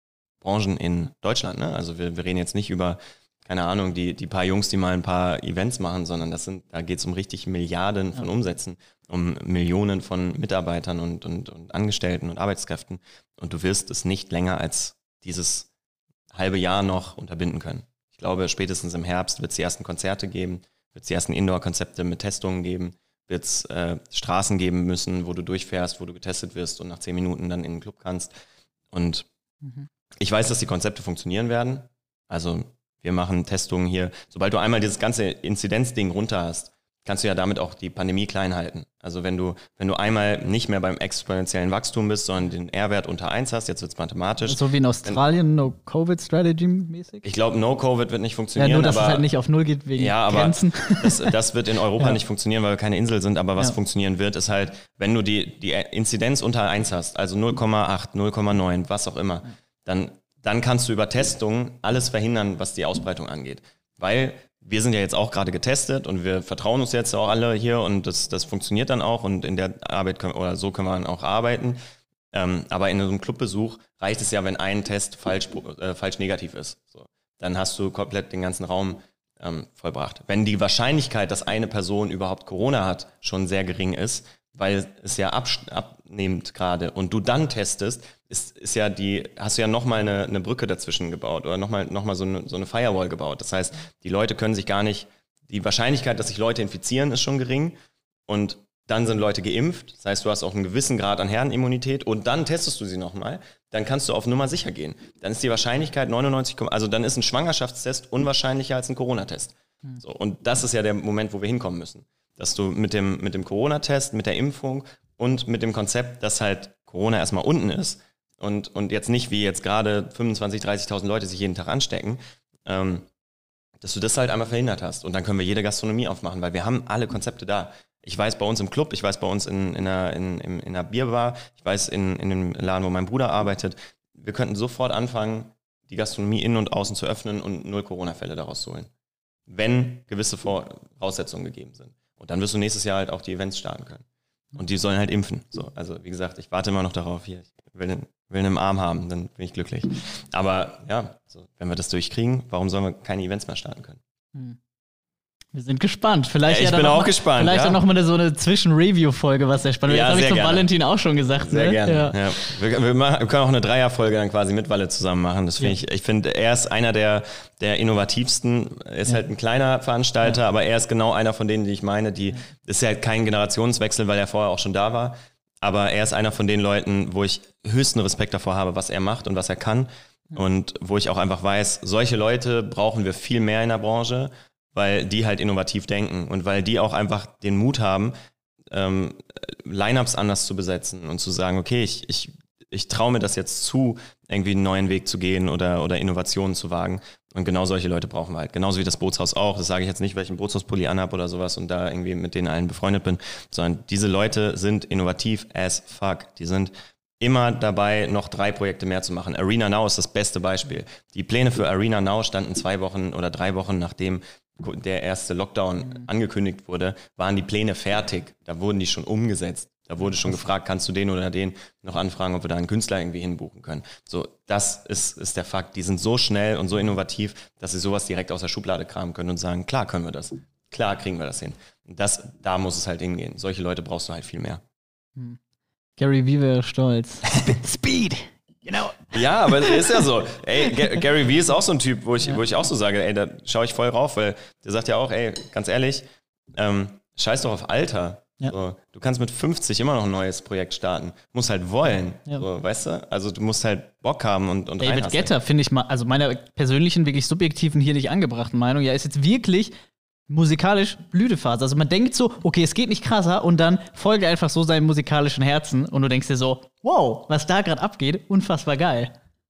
Branchen in Deutschland. Ne? Also wir, wir reden jetzt nicht über, keine Ahnung, die, die paar Jungs, die mal ein paar Events machen, sondern das sind, da geht es um richtig Milliarden von Umsätzen, um Millionen von Mitarbeitern und, und, und Angestellten und Arbeitskräften. Und du wirst es nicht länger als dieses halbe Jahr noch unterbinden können. Ich glaube, spätestens im Herbst wird es die ersten Konzerte geben, wird es die ersten Indoor-Konzepte mit Testungen geben, wird es äh, Straßen geben müssen, wo du durchfährst, wo du getestet wirst und nach zehn Minuten dann in den Club kannst. Und mhm. ich weiß, dass die Konzepte funktionieren werden. Also wir machen Testungen hier. Sobald du einmal dieses ganze Inzidenzding runter hast, kannst du ja damit auch die Pandemie klein halten. Also wenn du, wenn du einmal nicht mehr beim exponentiellen Wachstum bist, sondern den R-Wert unter eins hast, jetzt wird es mathematisch.
So wie in Australien, No-Covid-Strategy-mäßig?
Ich glaube, No-Covid wird nicht funktionieren.
Ja, nur, dass
aber,
es halt nicht auf Null geht wegen
ja, aber
Grenzen.
Das, das wird in Europa
ja.
nicht funktionieren, weil wir keine Insel sind. Aber was
ja.
funktionieren wird, ist halt, wenn du die, die Inzidenz unter eins hast, also null Komma acht, null Komma neun, was auch immer, dann, dann kannst du über Testungen alles verhindern, was die Ausbreitung angeht. Weil wir sind ja jetzt auch gerade getestet und wir vertrauen uns jetzt auch alle hier und das, das funktioniert dann auch und in der Arbeit können, oder so können wir dann auch arbeiten. Ähm, aber in so einem Clubbesuch reicht es ja, wenn ein Test falsch, äh, falsch negativ ist. So. Dann hast du komplett den ganzen Raum ähm, vollbracht. Wenn die Wahrscheinlichkeit, dass eine Person überhaupt Corona hat, schon sehr gering ist, weil es ja absch- abnimmt gerade und du dann testest, ist, ist ja die, hast du ja nochmal eine, eine Brücke dazwischen gebaut oder nochmal noch mal so eine, so eine Firewall gebaut. Das heißt, die Leute können sich gar nicht, die Wahrscheinlichkeit, dass sich Leute infizieren, ist schon gering und dann sind Leute geimpft. Das heißt, du hast auch einen gewissen Grad an Herdenimmunität und dann testest du sie nochmal, dann kannst du auf Nummer sicher gehen. Dann ist die Wahrscheinlichkeit neunundneunzig, also dann ist ein Schwangerschaftstest unwahrscheinlicher als ein Corona-Test. Mhm. So, und das ist ja der Moment, wo wir hinkommen müssen. Dass du mit dem, mit dem Corona-Test, mit der Impfung und mit dem Konzept, dass halt Corona erstmal unten ist und, und jetzt nicht wie jetzt gerade fünfundzwanzigtausend, dreißigtausend Leute sich jeden Tag anstecken, ähm, dass du das halt einmal verhindert hast. Und dann können wir jede Gastronomie aufmachen, weil wir haben alle Konzepte da. Ich weiß bei uns im Club, ich weiß bei uns in, in, einer, in, in einer Bierbar, ich weiß in, in dem Laden, wo mein Bruder arbeitet. Wir könnten sofort anfangen, die Gastronomie innen und außen zu öffnen und null Corona-Fälle daraus zu holen. Wenn gewisse Voraussetzungen gegeben sind. Und dann wirst du nächstes Jahr halt auch die Events starten können. Und die sollen halt impfen. So, also wie gesagt, ich warte immer noch darauf, hier, ich will einen, will einen im Arm haben, dann bin ich glücklich. Aber ja, so, wenn wir das durchkriegen, warum sollen wir keine Events mehr starten können?
Hm. Wir sind gespannt. Vielleicht
ja, ich
ja
bin auch
mal,
gespannt.
Vielleicht
ja.
auch noch mal so eine Zwischen-Review-Folge, was sehr spannend ist.
Ja,
das habe ich zum
gerne.
Valentin auch schon gesagt.
Sehr
ne?
gerne.
Ja.
Ja. Wir, wir, machen, wir können auch eine Dreierfolge dann quasi mit Walle zusammen machen. Das find ja. ich, ich finde, er ist einer der, der innovativsten. Er ist ja. halt ein kleiner Veranstalter, ja. aber er ist genau einer von denen, die ich meine. Die ja. ist ja halt kein Generationswechsel, weil er vorher auch schon da war. Aber er ist einer von den Leuten, wo ich höchsten Respekt davor habe, was er macht und was er kann. Ja. Und wo ich auch einfach weiß, solche Leute brauchen wir viel mehr in der Branche, weil die halt innovativ denken und weil die auch einfach den Mut haben, ähm, Lineups anders zu besetzen und zu sagen, okay, ich, ich, ich traue mir das jetzt zu, irgendwie einen neuen Weg zu gehen oder, oder Innovationen zu wagen. Und genau solche Leute brauchen wir halt. Genauso wie das Bootshaus auch. Das sage ich jetzt nicht, weil ich einen Bootshaus-Pulli anhab oder sowas und da irgendwie mit denen allen befreundet bin, sondern diese Leute sind innovativ as fuck. Die sind immer dabei, noch drei Projekte mehr zu machen. Arena Now ist das beste Beispiel. Die Pläne für Arena Now standen zwei Wochen oder drei Wochen, nachdem der erste Lockdown mhm. angekündigt wurde, waren die Pläne fertig. Da wurden die schon umgesetzt. Da wurde schon gefragt, kannst du den oder den noch anfragen, ob wir da einen Künstler irgendwie hinbuchen können. So, das ist, ist der Fakt. Die sind so schnell und so innovativ, dass sie sowas direkt aus der Schublade kramen können und sagen, klar können wir das. Klar kriegen wir das hin. Und das, da muss es halt hingehen. Solche Leute brauchst du halt viel mehr.
Mhm. Gary Vee wäre stolz. Speed! Genau.
Ja, aber ist ja so. Ey, G- Gary Vee ist auch so ein Typ, wo ich, ja. wo ich auch so sage, ey, da schaue ich voll rauf, weil der sagt ja auch, ey, ganz ehrlich, ähm, scheiß doch auf Alter. Ja. So, du kannst mit fünfzig immer noch ein neues Projekt starten. Musst halt wollen, ja. so, weißt du? Also du musst halt Bock haben und, und
David Guetta finde ich mal, also meiner persönlichen, wirklich subjektiven, hier nicht angebrachten Meinung, ja, ist jetzt wirklich musikalisch Blütephase. Also man denkt so, okay, es geht nicht krasser und dann folgt er einfach so seinem musikalischen Herzen und du denkst dir so, wow, was da gerade abgeht, unfassbar geil.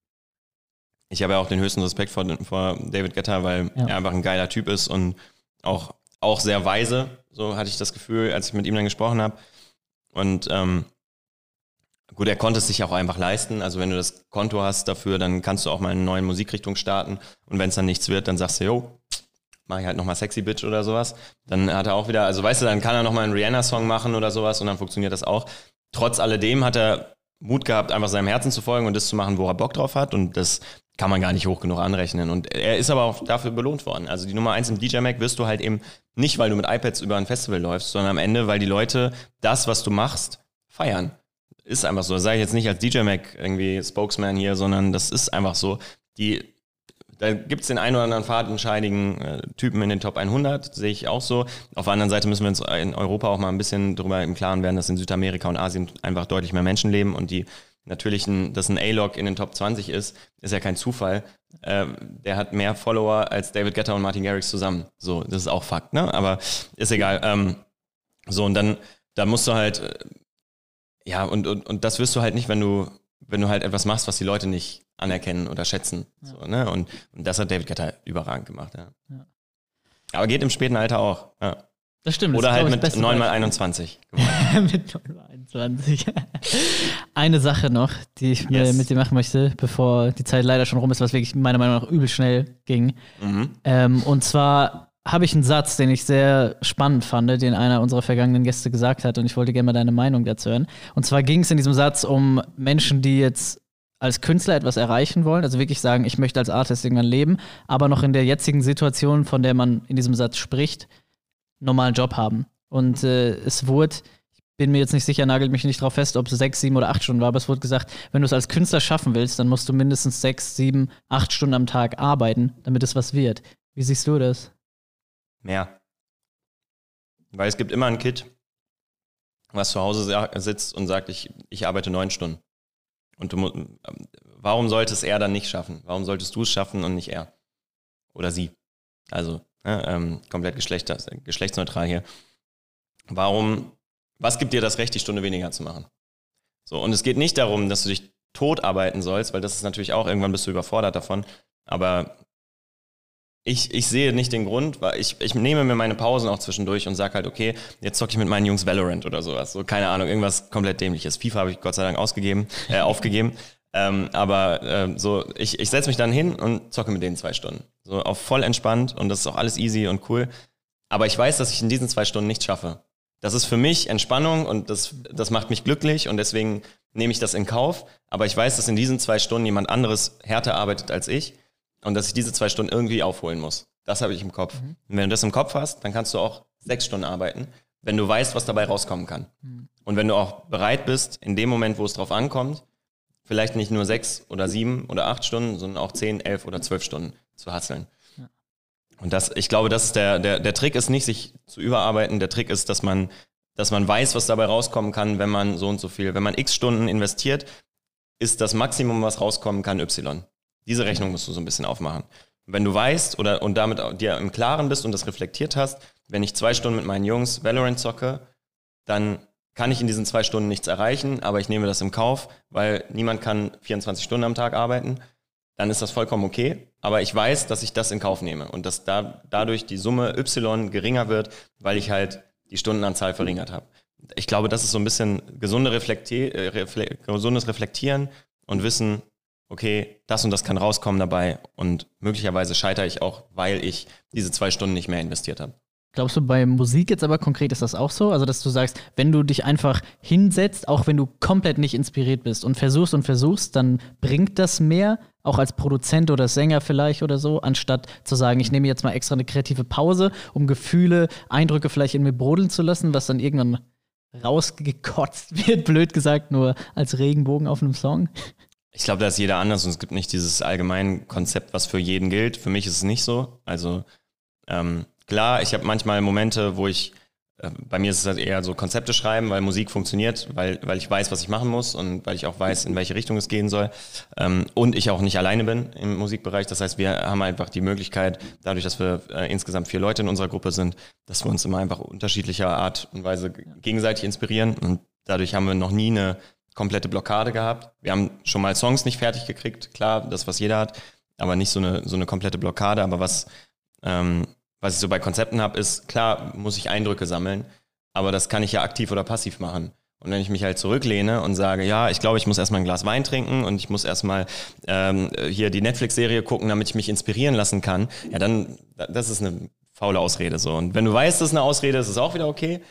Ich habe ja auch den höchsten Respekt vor, vor David Guetta, weil ja. er einfach ein geiler Typ ist und auch, auch sehr weise, so hatte ich das Gefühl, als ich mit ihm dann gesprochen habe. Und ähm, gut, er konnte es sich auch einfach leisten. Also wenn du das Konto hast dafür, dann kannst du auch mal eine neue Musikrichtung starten und wenn es dann nichts wird, dann sagst du, jo, mach ich halt nochmal Sexy Bitch oder sowas. Dann hat er auch wieder, also weißt du, dann kann er nochmal einen Rihanna-Song machen oder sowas und dann funktioniert das auch. Trotz alledem hat er Mut gehabt, einfach seinem Herzen zu folgen und das zu machen, wo er Bock drauf hat und das kann man gar nicht hoch genug anrechnen. Und er ist aber auch dafür belohnt worden. Also die Nummer eins im D J-Mag wirst du halt eben nicht, weil du mit iPads über ein Festival läufst, sondern am Ende, weil die Leute das, was du machst, feiern. Ist einfach so. Das sage ich jetzt nicht als D J-Mag irgendwie Spokesman hier, sondern das ist einfach so. Die, da gibt es den einen oder anderen fadenscheidigen äh, Typen in den Top hundert, sehe ich auch so. Auf der anderen Seite müssen wir uns in Europa auch mal ein bisschen darüber im Klaren werden, dass in Südamerika und Asien einfach deutlich mehr Menschen leben und die natürlich, ein, dass ein A-Log in den Top zwanzig ist, ist ja kein Zufall. Äh, der hat mehr Follower als David Guetta und Martin Garrix zusammen. So, das ist auch Fakt, ne? Aber ist egal. Ähm, so, und dann, da musst du halt, äh, ja, und, und, und das wirst du halt nicht, wenn du, wenn du halt etwas machst, was die Leute nicht anerkennen oder schätzen. Ja. So, ne? Und, und das hat David Guetta überragend gemacht, ja. ja. Aber geht im späten Alter auch, ja.
Das stimmt.
Oder
das
halt mit neun mal einundzwanzig.
Mit neun mal einundzwanzig. Eine Sache noch, die ich
Yes.
mit dir machen möchte, bevor die Zeit leider schon rum ist, was wirklich meiner Meinung nach übel schnell ging.
Mhm.
Ähm, und zwar habe ich einen Satz, den ich sehr spannend fand, den einer unserer vergangenen Gäste gesagt hat und ich wollte gerne mal deine Meinung dazu hören. Und zwar ging es in diesem Satz um Menschen, die jetzt als Künstler etwas erreichen wollen, also wirklich sagen, ich möchte als Artist irgendwann leben, aber noch in der jetzigen Situation, von der man in diesem Satz spricht, normalen Job haben. Und äh, es wurde, ich bin mir jetzt nicht sicher, nagelt mich nicht drauf fest, ob es sechs, sieben oder acht Stunden war, aber es wurde gesagt, wenn du es als Künstler schaffen willst, dann musst du mindestens sechs, sieben, acht Stunden am Tag arbeiten, damit es was wird. Wie siehst du das?
Mehr. Weil es gibt immer ein Kid, was zu Hause sa- sitzt und sagt, ich, ich arbeite neun Stunden. Und du mu- warum sollte es er dann nicht schaffen? Warum solltest du es schaffen und nicht er? Oder sie? Also, ja, ähm, komplett geschlechter, geschlechtsneutral hier. Warum, was gibt dir das Recht, die Stunde weniger zu machen? So, und es geht nicht darum, dass du dich tot arbeiten sollst, weil das ist natürlich auch, irgendwann bist du überfordert davon. Aber ich, ich sehe nicht den Grund, weil ich, ich nehme mir meine Pausen auch zwischendurch und sage halt, okay, jetzt zocke ich mit meinen Jungs Valorant oder sowas. So, keine Ahnung, irgendwas komplett Dämliches. FIFA habe ich Gott sei Dank ausgegeben, äh, aufgegeben. Ähm, aber ähm, so, ich, ich setze mich dann hin und zocke mit denen zwei Stunden. So auf voll entspannt und das ist auch alles easy und cool. Aber ich weiß, dass ich in diesen zwei Stunden nichts schaffe. Das ist für mich Entspannung und das, das macht mich glücklich und deswegen nehme ich das in Kauf. Aber ich weiß, dass in diesen zwei Stunden jemand anderes härter arbeitet als ich und dass ich diese zwei Stunden irgendwie aufholen muss. Das habe ich im Kopf. Mhm. Und wenn du das im Kopf hast, dann kannst du auch sechs Stunden arbeiten, wenn du weißt, was dabei rauskommen kann. Mhm. Und wenn du auch bereit bist, in dem Moment, wo es drauf ankommt, vielleicht nicht nur sechs oder sieben oder acht Stunden, sondern auch zehn, elf oder zwölf Stunden zu hustlen. Ja. Und das, ich glaube, das ist der, der, der Trick ist nicht, sich zu überarbeiten. Der Trick ist, dass man, dass man weiß, was dabei rauskommen kann, wenn man so und so viel, wenn man x Stunden investiert, ist das Maximum, was rauskommen kann, Y. Diese Rechnung musst du so ein bisschen aufmachen. Wenn du weißt oder und damit dir im Klaren bist und das reflektiert hast, wenn ich zwei Stunden mit meinen Jungs Valorant zocke, dann kann ich in diesen zwei Stunden nichts erreichen, aber ich nehme das im Kauf, weil niemand kann vierundzwanzig Stunden am Tag arbeiten. Dann ist das vollkommen okay, aber ich weiß, dass ich das in Kauf nehme und dass da, dadurch die Summe Y geringer wird, weil ich halt die Stundenanzahl verringert habe. Ich glaube, das ist so ein bisschen gesunde Reflekti- äh, refle- gesundes Reflektieren und Wissen, okay, das und das kann rauskommen dabei und möglicherweise scheitere ich auch, weil ich diese zwei Stunden nicht mehr investiert habe.
Glaubst du, bei Musik jetzt aber konkret ist das auch so? Also, dass du sagst, wenn du dich einfach hinsetzt, auch wenn du komplett nicht inspiriert bist und versuchst und versuchst, dann bringt das mehr, auch als Produzent oder Sänger vielleicht oder so, anstatt zu sagen, ich nehme jetzt mal extra eine kreative Pause, um Gefühle, Eindrücke vielleicht in mir brodeln zu lassen, was dann irgendwann rausgekotzt wird, blöd gesagt, nur als Regenbogen auf einem Song?
Ich glaube, da ist jeder anders und es gibt nicht dieses allgemeine Konzept, was für jeden gilt. Für mich ist es nicht so. Also, ähm, klar, ich habe manchmal Momente, wo ich, äh, bei mir ist es halt eher so Konzepte schreiben, weil Musik funktioniert, weil, weil ich weiß, was ich machen muss und weil ich auch weiß, in welche Richtung es gehen soll. Ähm, und ich auch nicht alleine bin im Musikbereich. Das heißt, wir haben einfach die Möglichkeit, dadurch, dass wir äh, insgesamt vier Leute in unserer Gruppe sind, dass wir uns immer einfach unterschiedlicher Art und Weise gegenseitig inspirieren. Und dadurch haben wir noch nie eine komplette Blockade gehabt. Wir haben schon mal Songs nicht fertig gekriegt, klar, das, was jeder hat, aber nicht so eine, so eine komplette Blockade. Aber was, ähm, was ich so bei Konzepten habe, ist, klar, muss ich Eindrücke sammeln, aber das kann ich ja aktiv oder passiv machen. Und wenn ich mich halt zurücklehne und sage, ja, ich glaube, ich muss erstmal ein Glas Wein trinken und ich muss erstmal ähm, hier die Netflix-Serie gucken, damit ich mich inspirieren lassen kann, ja, dann, das ist eine faule Ausrede so. Und wenn du weißt, das ist eine Ausrede, ist es auch wieder okay.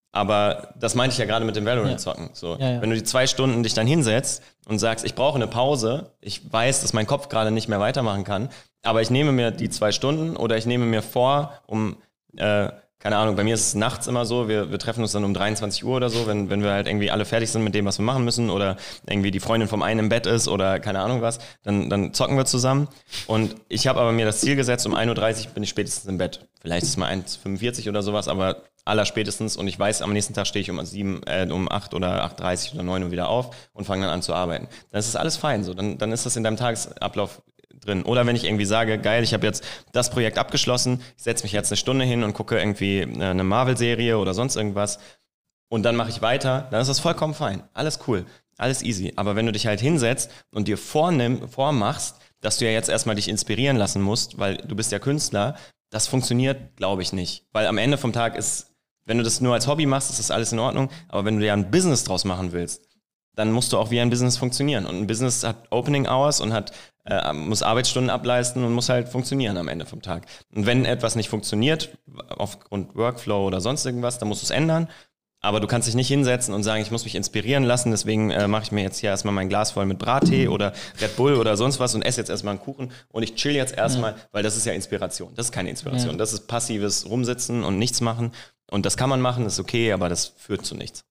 Aber das meinte ich ja gerade mit dem Valorant-Zocken. So,
ja, ja.
Wenn du die zwei Stunden dich dann hinsetzt und sagst, ich brauche eine Pause, ich weiß, dass mein Kopf gerade nicht mehr weitermachen kann, aber ich nehme mir die zwei Stunden oder ich nehme mir vor, um, äh, keine Ahnung, bei mir ist es nachts immer so, wir, wir treffen uns dann um dreiundzwanzig Uhr oder so, wenn, wenn wir halt irgendwie alle fertig sind mit dem, was wir machen müssen oder irgendwie die Freundin vom einen im Bett ist oder keine Ahnung was, dann, dann zocken wir zusammen. Und ich habe aber mir das Ziel gesetzt, um ein Uhr dreißig bin ich spätestens im Bett. Vielleicht ist es mal eins Uhr fünfundvierzig oder sowas, aber aller spätestens, und ich weiß, am nächsten Tag stehe ich um sieben, äh, um acht oder acht Uhr dreißig oder neun Uhr wieder auf und fange dann an zu arbeiten. Dann ist das alles fein so, dann, dann ist das in deinem Tagesablauf drin. Oder wenn ich irgendwie sage, geil, ich habe jetzt das Projekt abgeschlossen, ich setze mich jetzt eine Stunde hin und gucke irgendwie eine Marvel-Serie oder sonst irgendwas und dann mache ich weiter, dann ist das vollkommen fein. Alles cool, alles easy. Aber wenn du dich halt hinsetzt und dir vornimm, vormachst, dass du ja jetzt erstmal dich inspirieren lassen musst, weil du bist ja Künstler, das funktioniert, glaube ich, nicht. Weil am Ende vom Tag ist, wenn du das nur als Hobby machst, ist das alles in Ordnung. Aber wenn du ja ein Business draus machen willst, dann musst du auch wie ein Business funktionieren. Und ein Business hat Opening Hours und hat, äh, muss Arbeitsstunden ableisten und muss halt funktionieren am Ende vom Tag. Und wenn etwas nicht funktioniert, aufgrund Workflow oder sonst irgendwas, dann musst du es ändern. Aber du kannst dich nicht hinsetzen und sagen, ich muss mich inspirieren lassen, deswegen äh, mache ich mir jetzt hier erstmal mein Glas voll mit Brattee oder Red Bull oder sonst was und esse jetzt erstmal einen Kuchen und ich chill jetzt erstmal, ja. weil das ist ja Inspiration. Das ist keine Inspiration. Ja. Das ist passives Rumsitzen und nichts machen. Und das kann man machen, ist okay, aber das führt zu nichts.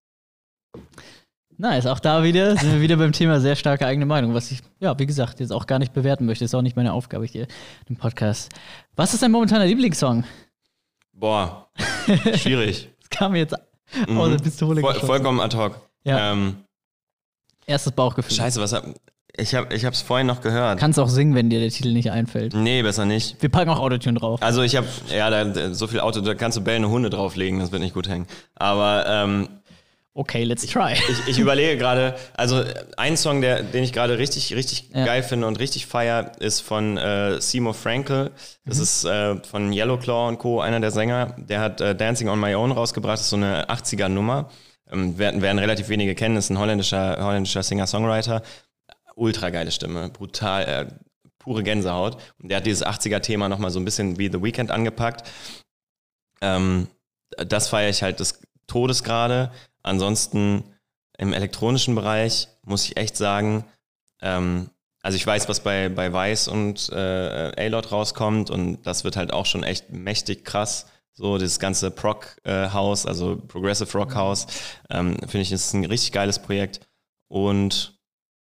Nice, auch da wieder sind wir wieder beim Thema sehr starke eigene Meinung, was ich, ja, wie gesagt, jetzt auch gar nicht bewerten möchte. Ist auch nicht meine Aufgabe hier im Podcast. Was ist dein momentaner Lieblingssong?
Boah, schwierig.
Das kam mir jetzt mhm. aus der Pistole
Voll, vollkommen ad hoc.
Ja.
Ähm,
Erstes Bauchgefühl.
Scheiße, was hab ich hab, ich hab's vorhin noch gehört.
Kannst auch singen, wenn dir der Titel nicht einfällt.
Nee, besser nicht.
Wir packen auch Autotune drauf.
Also ich hab, ja, da, so viel Auto, da kannst du bellende Hunde drauflegen, das wird nicht gut hängen. Aber, ähm,
okay, let's try.
Ich, ich überlege gerade, also ein Song, der, den ich gerade richtig, richtig ja. geil finde und richtig feier, ist von äh, Seymour Frankel. Das mhm. ist äh, von Yellowclaw und Co., einer der Sänger. Der hat äh, Dancing on My Own rausgebracht, das ist so eine achtziger-Nummer. Ähm, werden, werden relativ wenige kennen, das ist ein holländischer, holländischer Singer-Songwriter. Ultra geile Stimme, brutal, äh, pure Gänsehaut. Und der hat dieses achtziger-Thema nochmal so ein bisschen wie The Weeknd angepackt. Ähm, das feiere ich halt des Todes gerade. Ansonsten im elektronischen Bereich muss ich echt sagen, ähm, also ich weiß, was bei, bei Vice und äh, A-Lot rauskommt und das wird halt auch schon echt mächtig krass. So dieses ganze Prog-House, äh, also Progressive Rock House, ähm, finde ich, ist ein richtig geiles Projekt. Und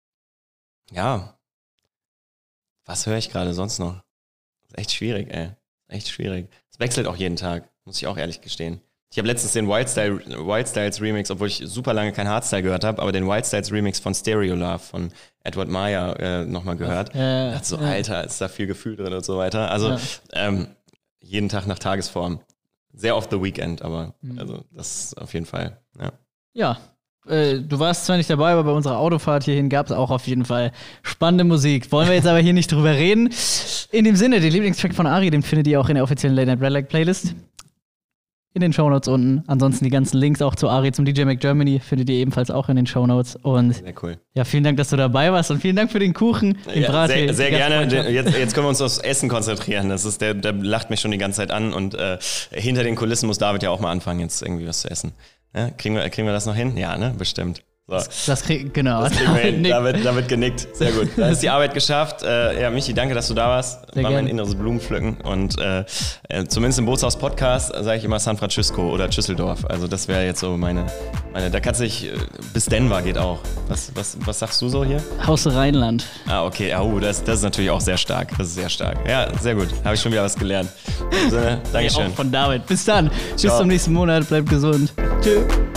ja, was höre ich gerade sonst noch? Ist echt schwierig, ey. Echt schwierig. Es wechselt auch jeden Tag, muss ich auch ehrlich gestehen. Ich habe letztens den Wildstyle, Wildstyles Remix, obwohl ich super lange kein Hardstyle gehört habe, aber den Wildstyles Remix von Stereo Love von Edward Meyer äh, nochmal gehört. Ja, ja, so, ja. Alter, ist da viel Gefühl drin und so weiter. Also ja. ähm, jeden Tag nach Tagesform. Sehr oft The Weeknd, aber mhm. also das ist auf jeden Fall, ja.
Ja. Du warst zwar nicht dabei, aber bei unserer Autofahrt hierhin gab es auch auf jeden Fall spannende Musik. Wollen wir jetzt aber hier nicht drüber reden. In dem Sinne, den Lieblingstrack von Ari, den findet ihr auch in der offiziellen Late Night Red Light Playlist. In den Shownotes unten. Ansonsten die ganzen Links auch zu Ari, zum D J Mac Germany findet ihr ebenfalls auch in den Shownotes. Und
sehr cool.
Ja, vielen Dank, dass du dabei warst und vielen Dank für den Kuchen, den
ja,
Brattee.
Sehr, sehr gerne. Jetzt, jetzt können wir uns aufs Essen konzentrieren. Das ist der, der lacht mich schon die ganze Zeit an und äh, hinter den Kulissen muss David ja auch mal anfangen, jetzt irgendwie was zu essen. Ja, kriegen wir, kriegen wir das noch hin? Ja, ne? Bestimmt. So.
Das, das krieg, genau.
Das kriegen wir hin. Da wird, da wird genickt. Sehr gut. Da ist die Arbeit geschafft. Äh, ja, Michi, danke, dass du da warst.
Sehr
War
gern.
mein inneres Blumenpflücken. Und äh, äh, zumindest im Bootshaus-Podcast sage ich immer San Francisco oder Düsseldorf. Also das wäre jetzt so meine, meine... Da kannst du dich... Bis Denver geht auch. Was, was, was sagst du so hier?
Haus Rheinland.
Ah, okay. Oh, das, das ist natürlich auch sehr stark. Das ist sehr stark. Ja, sehr gut. Habe ich schon wieder was gelernt. In diesem Sinne, Dankeschön.
Auch von David. Bis dann.
Ciao.
Bis zum nächsten Monat. Bleibt gesund. Tschüss.